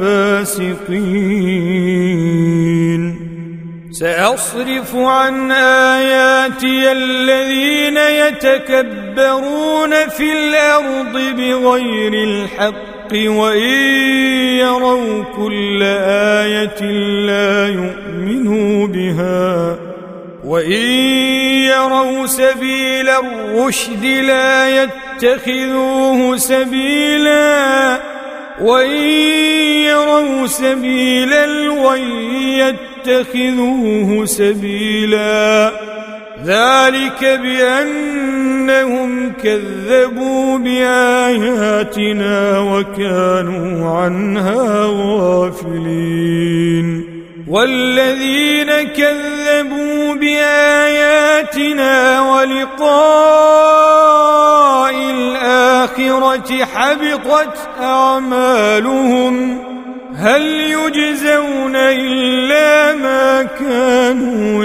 الفاسقين سأصرف عن آياتي الذين يتكبرون في الأرض بغير الحق وإن يروا كل آية لا يؤمنوا بها وإن يروا سبيل الرشد لا يتخذوه سبيلا وإن يروا سبيل الغي يتخذوه سبيلا ذلك بأنهم كذبوا بآياتنا وكانوا عنها غافلين والذين كذبوا بآياتنا ولقاء الآخرة حبطت أعمالهم هل يجزون إلا ما كانوا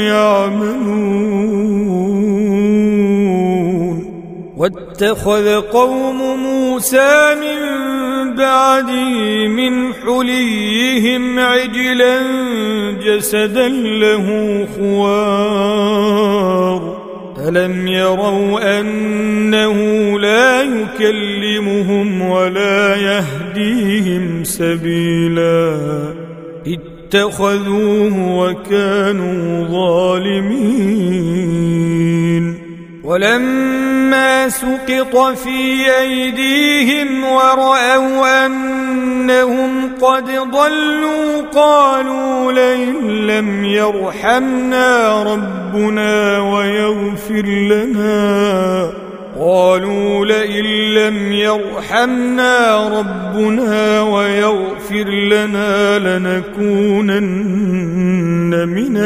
يعملون واتخذ قوم موسى من بعده من حليهم عجلا جسدا له خوار ألم يروا أنه لا يكلمهم ولا يهديهم سبيلا اتخذوه وكانوا ظالمين ولما سقط في أيديهم ورأوا أنهم قد ضلوا قالوا لئن لم يرحمنا ربنا ويغفر لنا قالوا لئن لم يرحمنا ربنا ويغفر لنا لنكونن من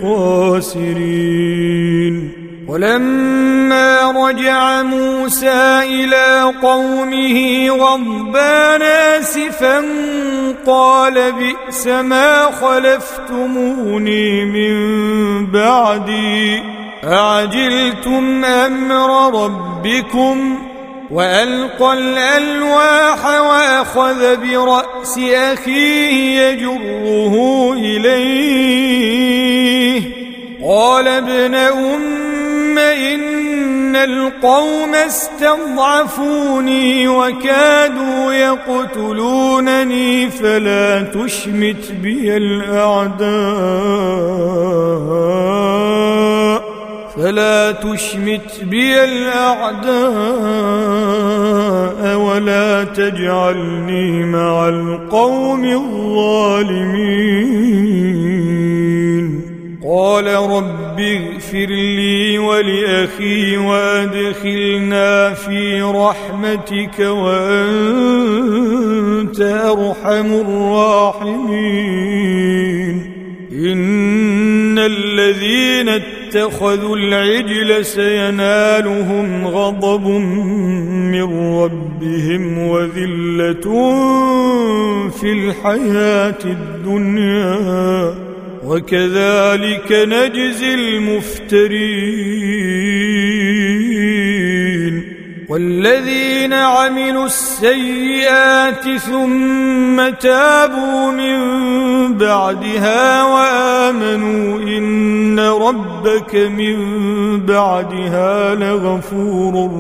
الخاسرين ولما رجع موسى إلى قومه غضبان آسفا قال بئس ما خلفتموني من بعدي أعجلتم أمر ربكم وألقى الألواح وأخذ برأس أخيه يجره إليه قال ابن أم إن القوم استضعفوني وكادوا يقتلونني فلا تشمت بي الأعداء فلا تشمت بي الأعداء ولا تجعلني مع القوم الظالمين قال رب اغفر لي ولأخي وأدخلنا في رحمتك وأنت أرحم الراحمين إن الذين اتخذوا العجل سينالهم غضب من ربهم وذلة في الحياة الدنيا وكذلك نجزي المفترين والذين عملوا السيئات ثم تابوا من بعدها وآمنوا إن ربك من بعدها لغفور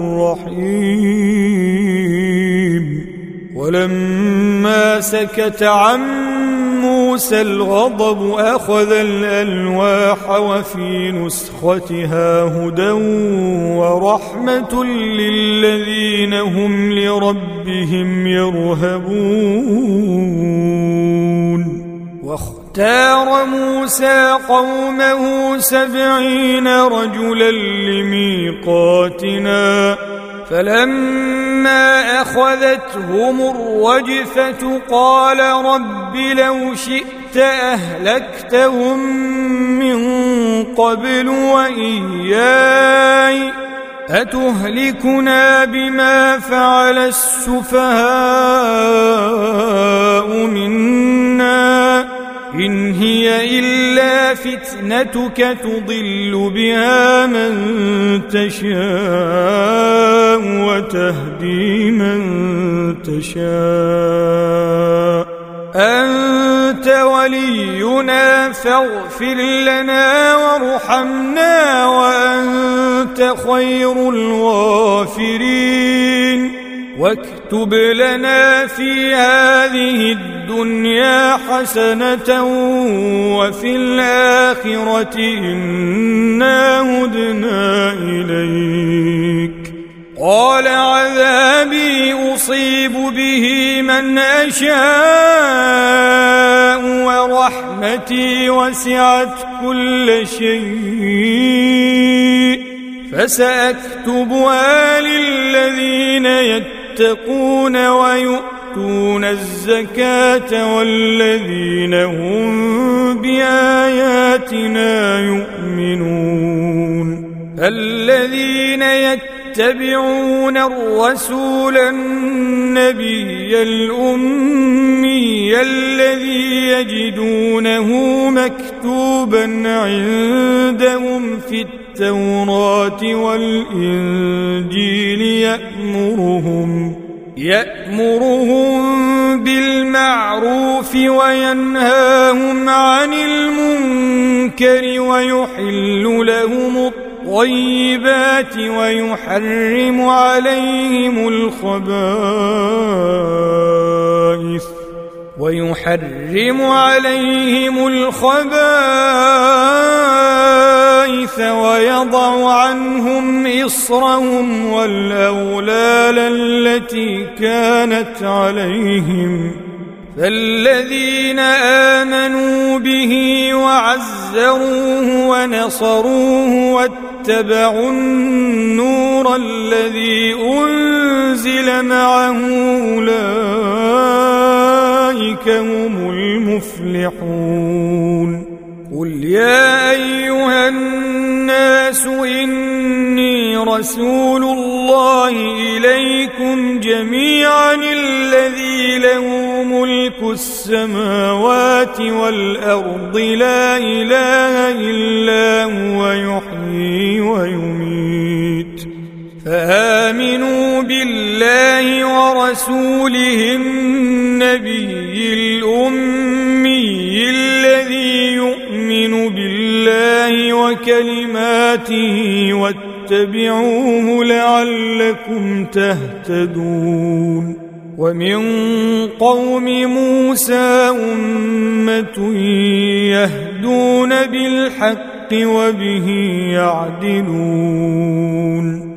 رحيم ولما سكت عن موسى الغضب أخذ الألواح وفي نسختها هدى ورحمة للذين هم لربهم يرهبون واختار موسى قومه سبعين رجلا لميقاتنا فلما أخذتهم الرجفة قال رب لو شئت أهلكتهم من قبل وإياي أتهلكنا بما فعل السفهاء منا إن هي إلا فتنتك تضل بها من تشاء وتهدي من تشاء أنت ولينا فاغفر لنا وارحمنا وأنت خير الغافرين واكتب لنا في هذه الدنيا حسنة وفي الآخرة إنا هدنا إليك قال عذابي أصيب به من أشاء ورحمتي وسعت كل شيء فسأكتبها للذين يتقون ويؤتون الزكاة والذين هم بآياتنا يؤمنون الذين يتبعون الرسول النبي الأمي الذي يجدونه مكتوبا عندهم في التوراة والإنجيل يأمرهم يأمرهم بالمعروف وينهاهم عن المنكر ويحل لهم الطيبات ويحرم عليهم الخبائث ويحرم عليهم الخبائث ويضع عنهم إصرهم والأغلال التي كانت عليهم فالذين آمنوا به وعزروه ونصروه واتبعوا النور الذي أنزل معه أولئك هم المفلحون قل يا أيها الناس إني رسول الله إليكم جميعا الذي له ملك السماوات والأرض لا إله إلا هو يحيي ويميت فآمنوا بالله ورسوله النبي الأمي الذي يؤمن بالله وكلماته واتبعوه لعلكم تهتدون ومن قوم موسى أمة يهدون بالحق وبه يعدلون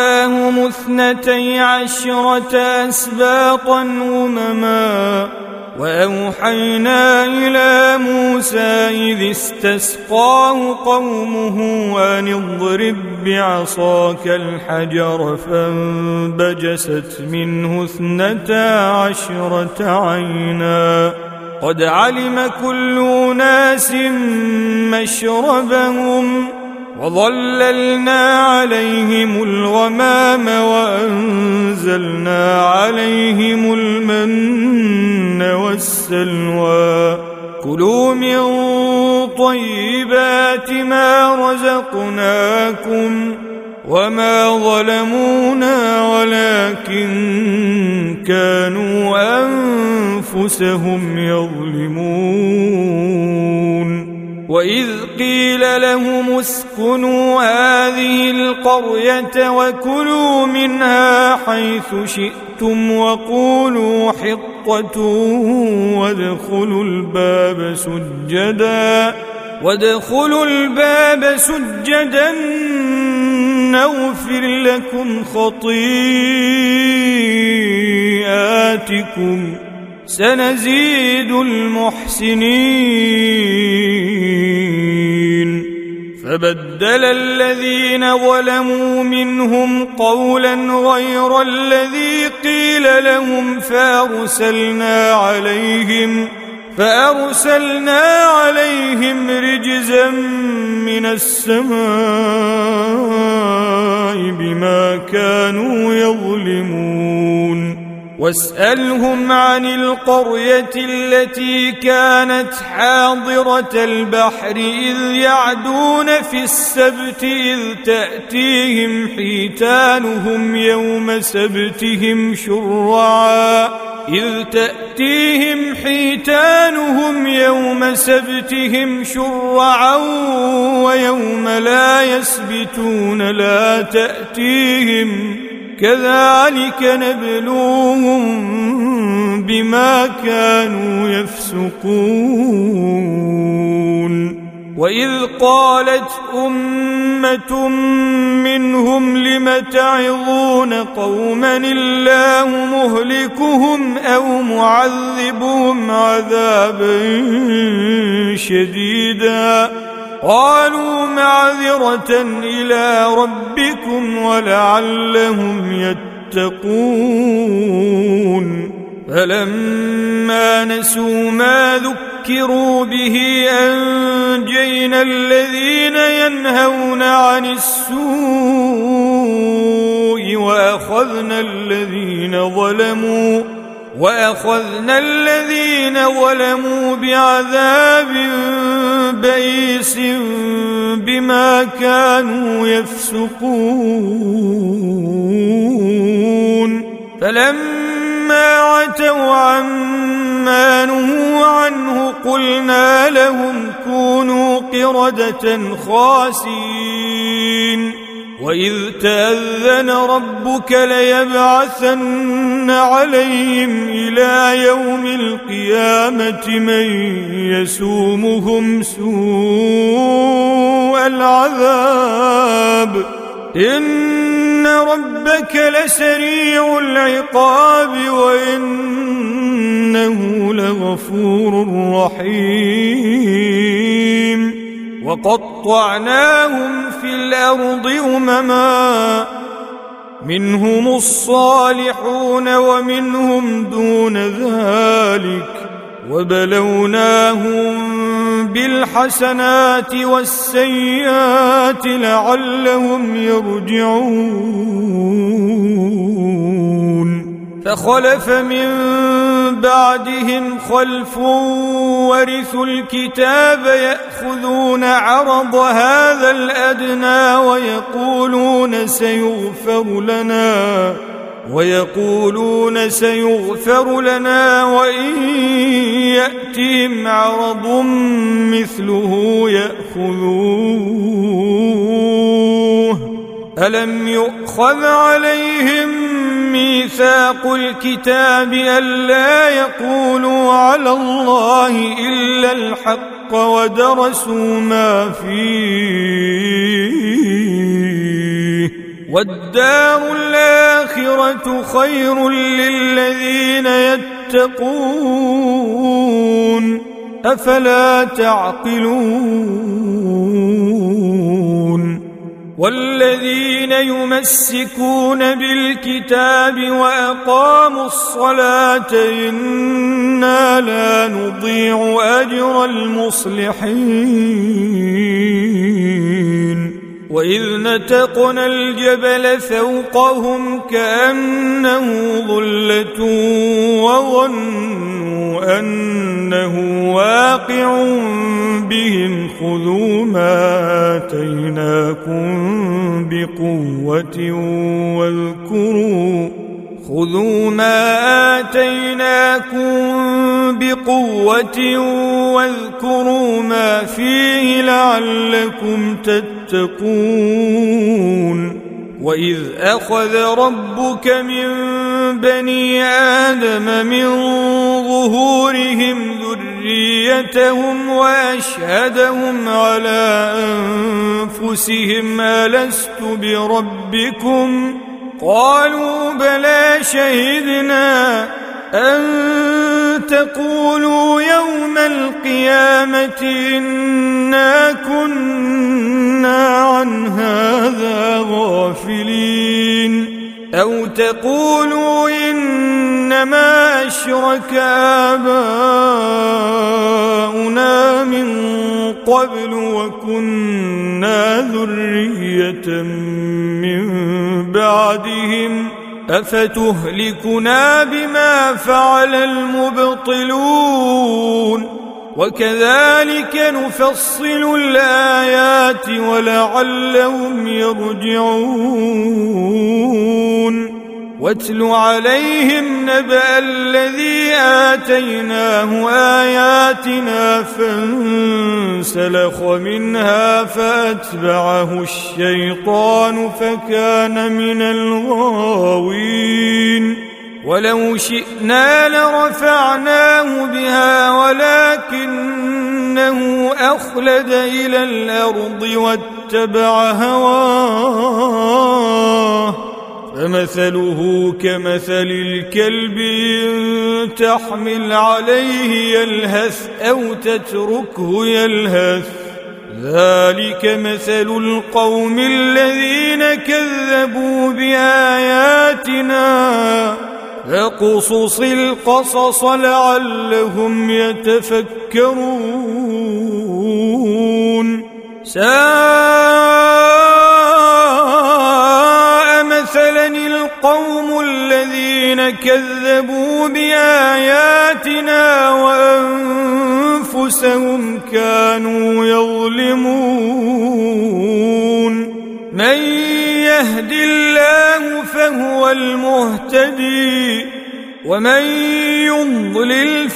وقطعناهم اثنتي عشرة أسباطا أمما وأوحينا إلى موسى إذ استسقاه قومه أن اضرب بعصاك الحجر فانبجست منه اثنتا عشرة عينا قد علم كل أناس مشربهم وظللنا عليهم الغمام وأنزلنا عليهم المن والسلوى كلوا من طيبات ما رزقناكم وما ظلمونا ولكن كانوا أنفسهم يظلمون وإذ قيل لهم اسكنوا هذه القرية وكلوا منها حيث شئتم وقولوا حطة وادخلوا الباب سجدا وادخلوا الباب سجدا نغفر لكم خطيئاتكم سنزيد المحسنين فبدل الذين ظلموا منهم قولا غير الذي قيل لهم فأرسلنا عليهم فأرسلنا عليهم رجزا من السماء بما كانوا يظلمون واسألهم عن القرية التي كانت حاضرة البحر إذ يعدون في السبت إذ تأتيهم حيتانهم يوم سبتهم شرعا إذ تأتيهم حيتانهم يوم سبتهم شرعا ويوم لا يسبتون لا تأتيهم كذلك نبلوهم بما كانوا يفسقون وإذ قالت أمة منهم لم تعظون قوما الله مهلكهم أو معذبهم عذابا شديدا قالوا معذرة إلى ربكم ولعلهم يتقون فلما نسوا ما ذكروا به أنجينا الذين ينهون عن السوء وأخذنا الذين ظلموا وأخذنا الذين ظلموا بعذاب بئيس بما كانوا يفسقون فلما عتوا عما نهوا عنه قلنا لهم كونوا قردة خاسئين وإذ تأذن ربك ليبعثن عليهم إلى يوم القيامة من يسومهم سوء العذاب إن ربك لسريع العقاب وإنه لغفور رحيم وقطعناهم في الأرض أمما منهم الصالحون ومنهم دون ذلك وبلوناهم بالحسنات والسيئات لعلهم يرجعون فخلف من بعدهم خلف ورثوا الكتاب يأخذون عرض هذا الأدنى ويقولون سيغفر لنا ويقولون سيغفر لنا وإن يأتهم عرض مثله يأخذوه ألم يؤخذ عليهم ميثاق الكتاب ألا يقولوا على الله إلا الحق ودرسوا ما فيه والدار الآخرة خير للذين يتقون يتقون أفلا تعقلون والذين يمسكون بالكتاب وأقاموا الصلاة إنا لا نضيع أجر المصلحين وإذ نتقنا الجبل فوقهم كأنه ظلة وظنوا أنه واقع بهم خذوا ما آتيناكم بقوة واذكروا خذوا ما آتيناكم بقوة واذكروا ما فيه لعلكم تتقون وإذ أخذ ربك من بني آدم من ظهورهم ذريتهم وأشهدهم على أنفسهم ألست بربكم قالوا بلى شهدنا أن تقولوا يوم القيامة إنا كنا عن هذا غافلين أو تقولوا إنما أشرك آباؤنا من قبل وكنا ذرية من بعدهم أفتهلكنا بما فعل المبطلون وكذلك نفصل الآيات ولعلهم يرجعون واتل عليهم نبأ الذي آتيناه آياتنا فانسلخ منها فأتبعه الشيطان فكان من الغاوين ولو شئنا لرفعناه بها ولكنه أخلد إلى الأرض واتبع هواه فمثله كمثل الكلب إن تحمل عليه يلهث أو تتركه يلهث ذلك مثل القوم الذين كذبوا بآياتنا فاقصص القصص لعلهم يتفكرون ساء مثلا القوم الذين كذبوا بآياتنا وأنفسهم كانوا يظلمون من يهد الله فهو المهتدي ومن يضلل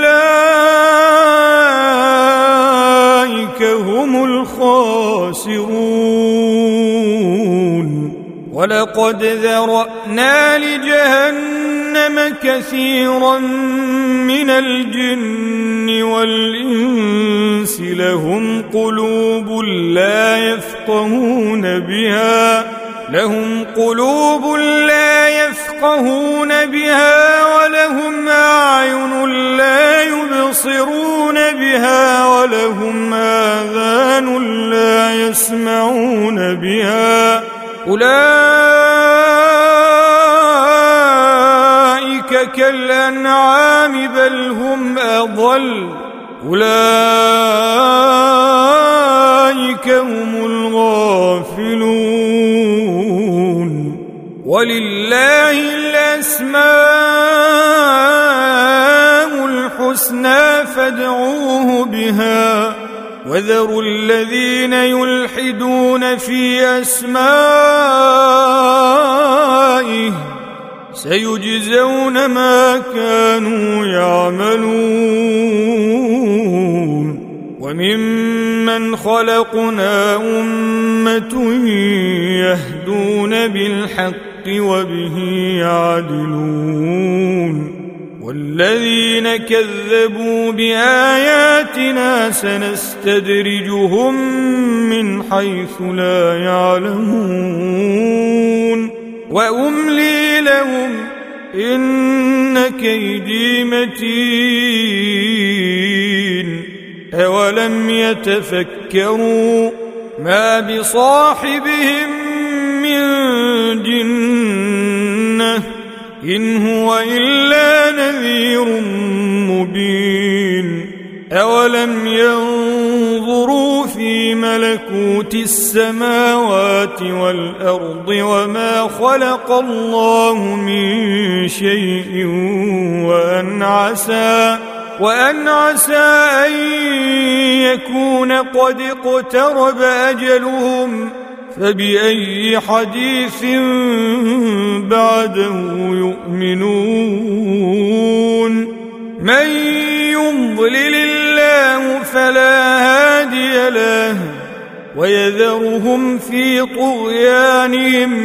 فأولئك هم الخاسرون ولقد ذرأنا لجهنم كثيرا من الجن والإنس لهم قلوب لا يفقهون بها لهم قلوب لا يفقهون بها ولهم أعين لا يبصرون بها ولهم آذان لا يسمعون بها أولئك كالأنعام بل هم أضل أولئك هم الغافلون ولله الأسماء الحسنى فادعوه بها وذروا الذين يلحدون في أسمائه سيجزون ما كانوا يعملون وممن خلقنا أمة يهدون بالحق وبه يعدلون والذين كذبوا بآياتنا سنستدرجهم من حيث لا يعلمون وأملي لهم إن كيدي متين أولم يتفكروا ما بصاحبهم من جنة إن هو إلا نذير مبين أولم ينظروا في ملكوت السماوات والأرض وما خلق الله من شيء وأن عسى وأن عسى أن يكون قد اقترب أجلهم فبأي حديث بعده يؤمنون من يضلل الله فلا هادي له ويذرهم في طغيانهم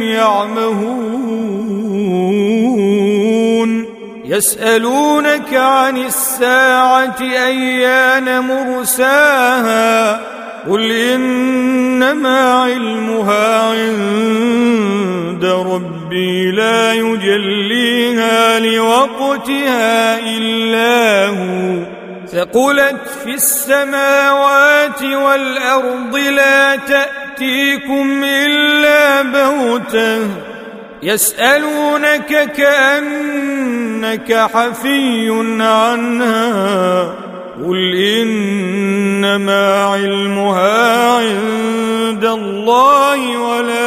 يعمهون يسألونك عن الساعة أيان مرساها قل إنما علمها عند ربي لا يجليها لوقتها إلا هو ثقلت في السماوات والأرض لا تأتيكم إلا بغتة يسألونك كأنك حفي عنها قل إنما علمها عند الله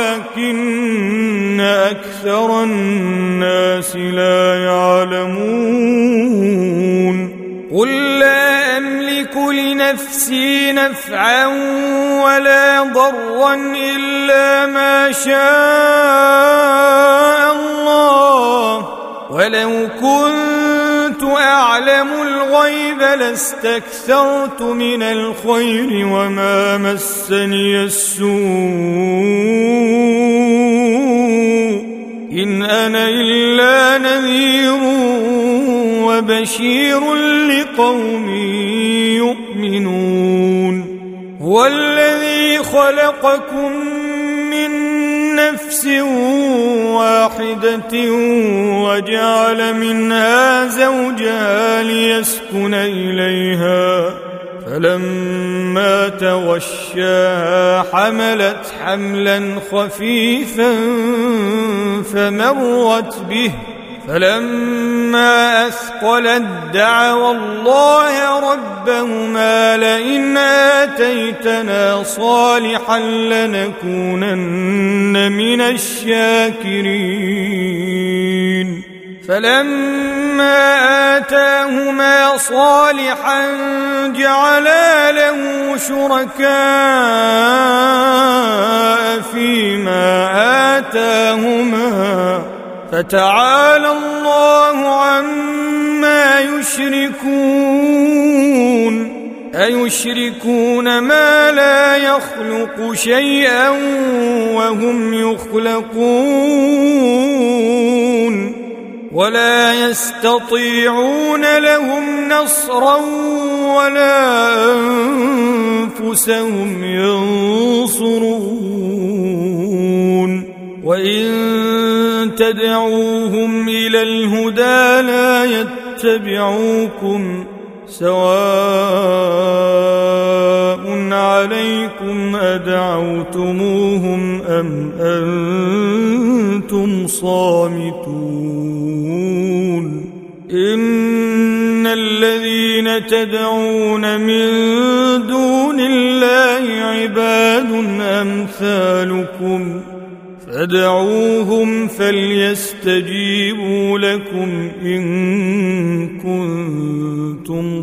ولكن أكثر الناس لا يعلمون قل لا أملك لنفسي نفعا ولا ضرا إلا ما شاء الله ولو كنت أعلم الغيب لاستكثرت من الخير وما مسني السوء إن أنا إلا نذير وبشير لقوم يؤمنون هو الذي خلقكم من نفس واحدة وجعل منها زوجها ليسكن إليها فلما تغشاها حملت حملا خفيفا فمرت به فلما أثقلت دعوا الله ربهما لئن آتيتنا صالحا لنكونن من الشاكرين فلما آتاهما صالحا جعلا له شركاء فيما آتاهما فتعالى الله عما يشركون أيشركون ما لا يخلق شيئا وهم يخلقون ولا يستطيعون لهم نصرا ولا أنفسهم ينصرون وإن تدعوهم إلى الهدى لا يتبعوكم سواء عليكم أدعوتموهم أم أنتم صامتون إن الذين تدعون من دون الله عباد أمثالكم فادعوهم فليستجيبوا لكم إن كنتم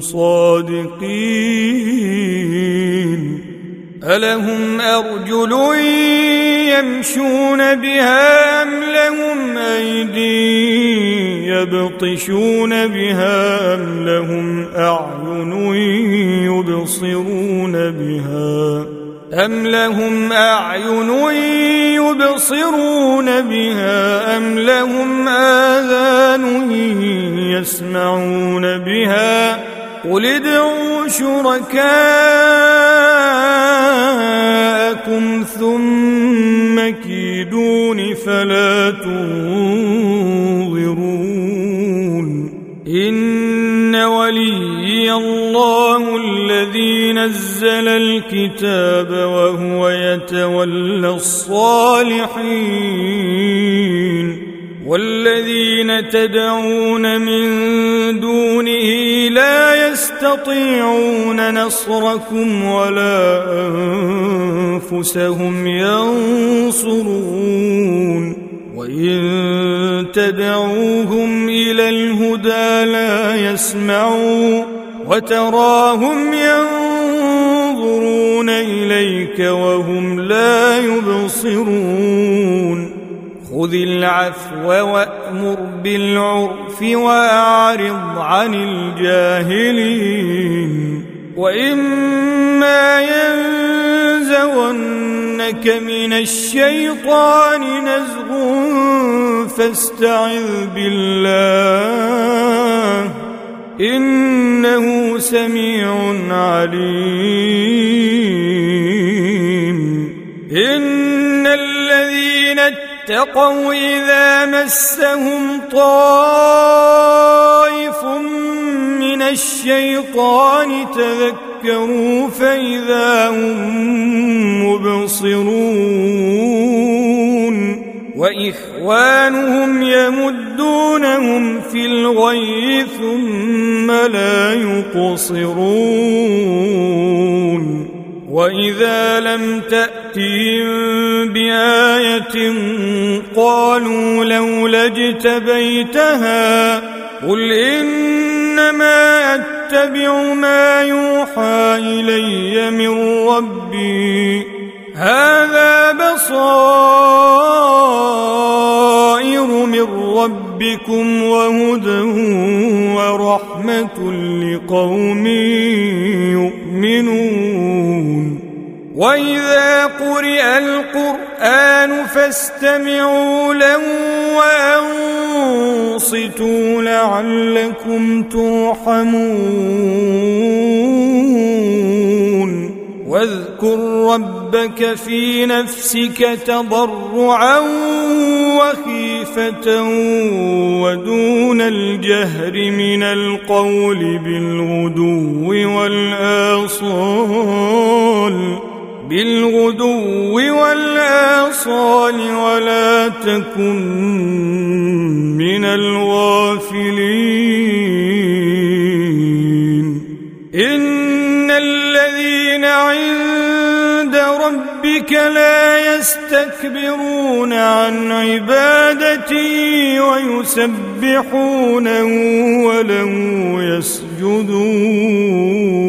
صادقين ألهم أرجل يمشون بها أم لهم أيدي يبطشون بها أم لهم أعين يبصرون بها أم لهم أعين يبصرون بها أم لهم آذان يسمعون بها قل ادعوا شركاءكم ثم كيدون فلا تنظرون نزل الكتاب وهو يتولى الصالحين والذين تدعون من دونه لا يستطيعون نصركم ولا أنفسهم ينصرون وإن تدعوهم إلى الهدى لا يسمعوا وتراهم ينظرون إليك وهم لا يبصرون خذ العفو وأمر بالعرف وأعرض عن الجاهلين وإما ينزغنك من الشيطان نزغ فاستعذ بالله إنه سميع عليم إن الذين اتقوا إذا مسهم طائف من الشيطان تذكروا فإذا هم مبصرون وإخوانهم يمدونهم في الغي ثم لا يقصرون وإذا لم تأتهم بآية قالوا لولا اجتبيتها قل إنما أتبع ما يوحى إلي من ربي هذا بصائر من ربكم وهدى ورحمة لقوم يؤمنون وإذا قرئ القرآن فاستمعوا له وأنصتوا لعلكم ترحمون واذكر ربك في نفسك تضرعا وخيفة ودون الجهر من القول بالغدو والآصال بالغدو والآصال ولا تكن من الغافلين إن الذين عند ربك لا يستكبرون عن عبادته ويسبحونه وله يسجدون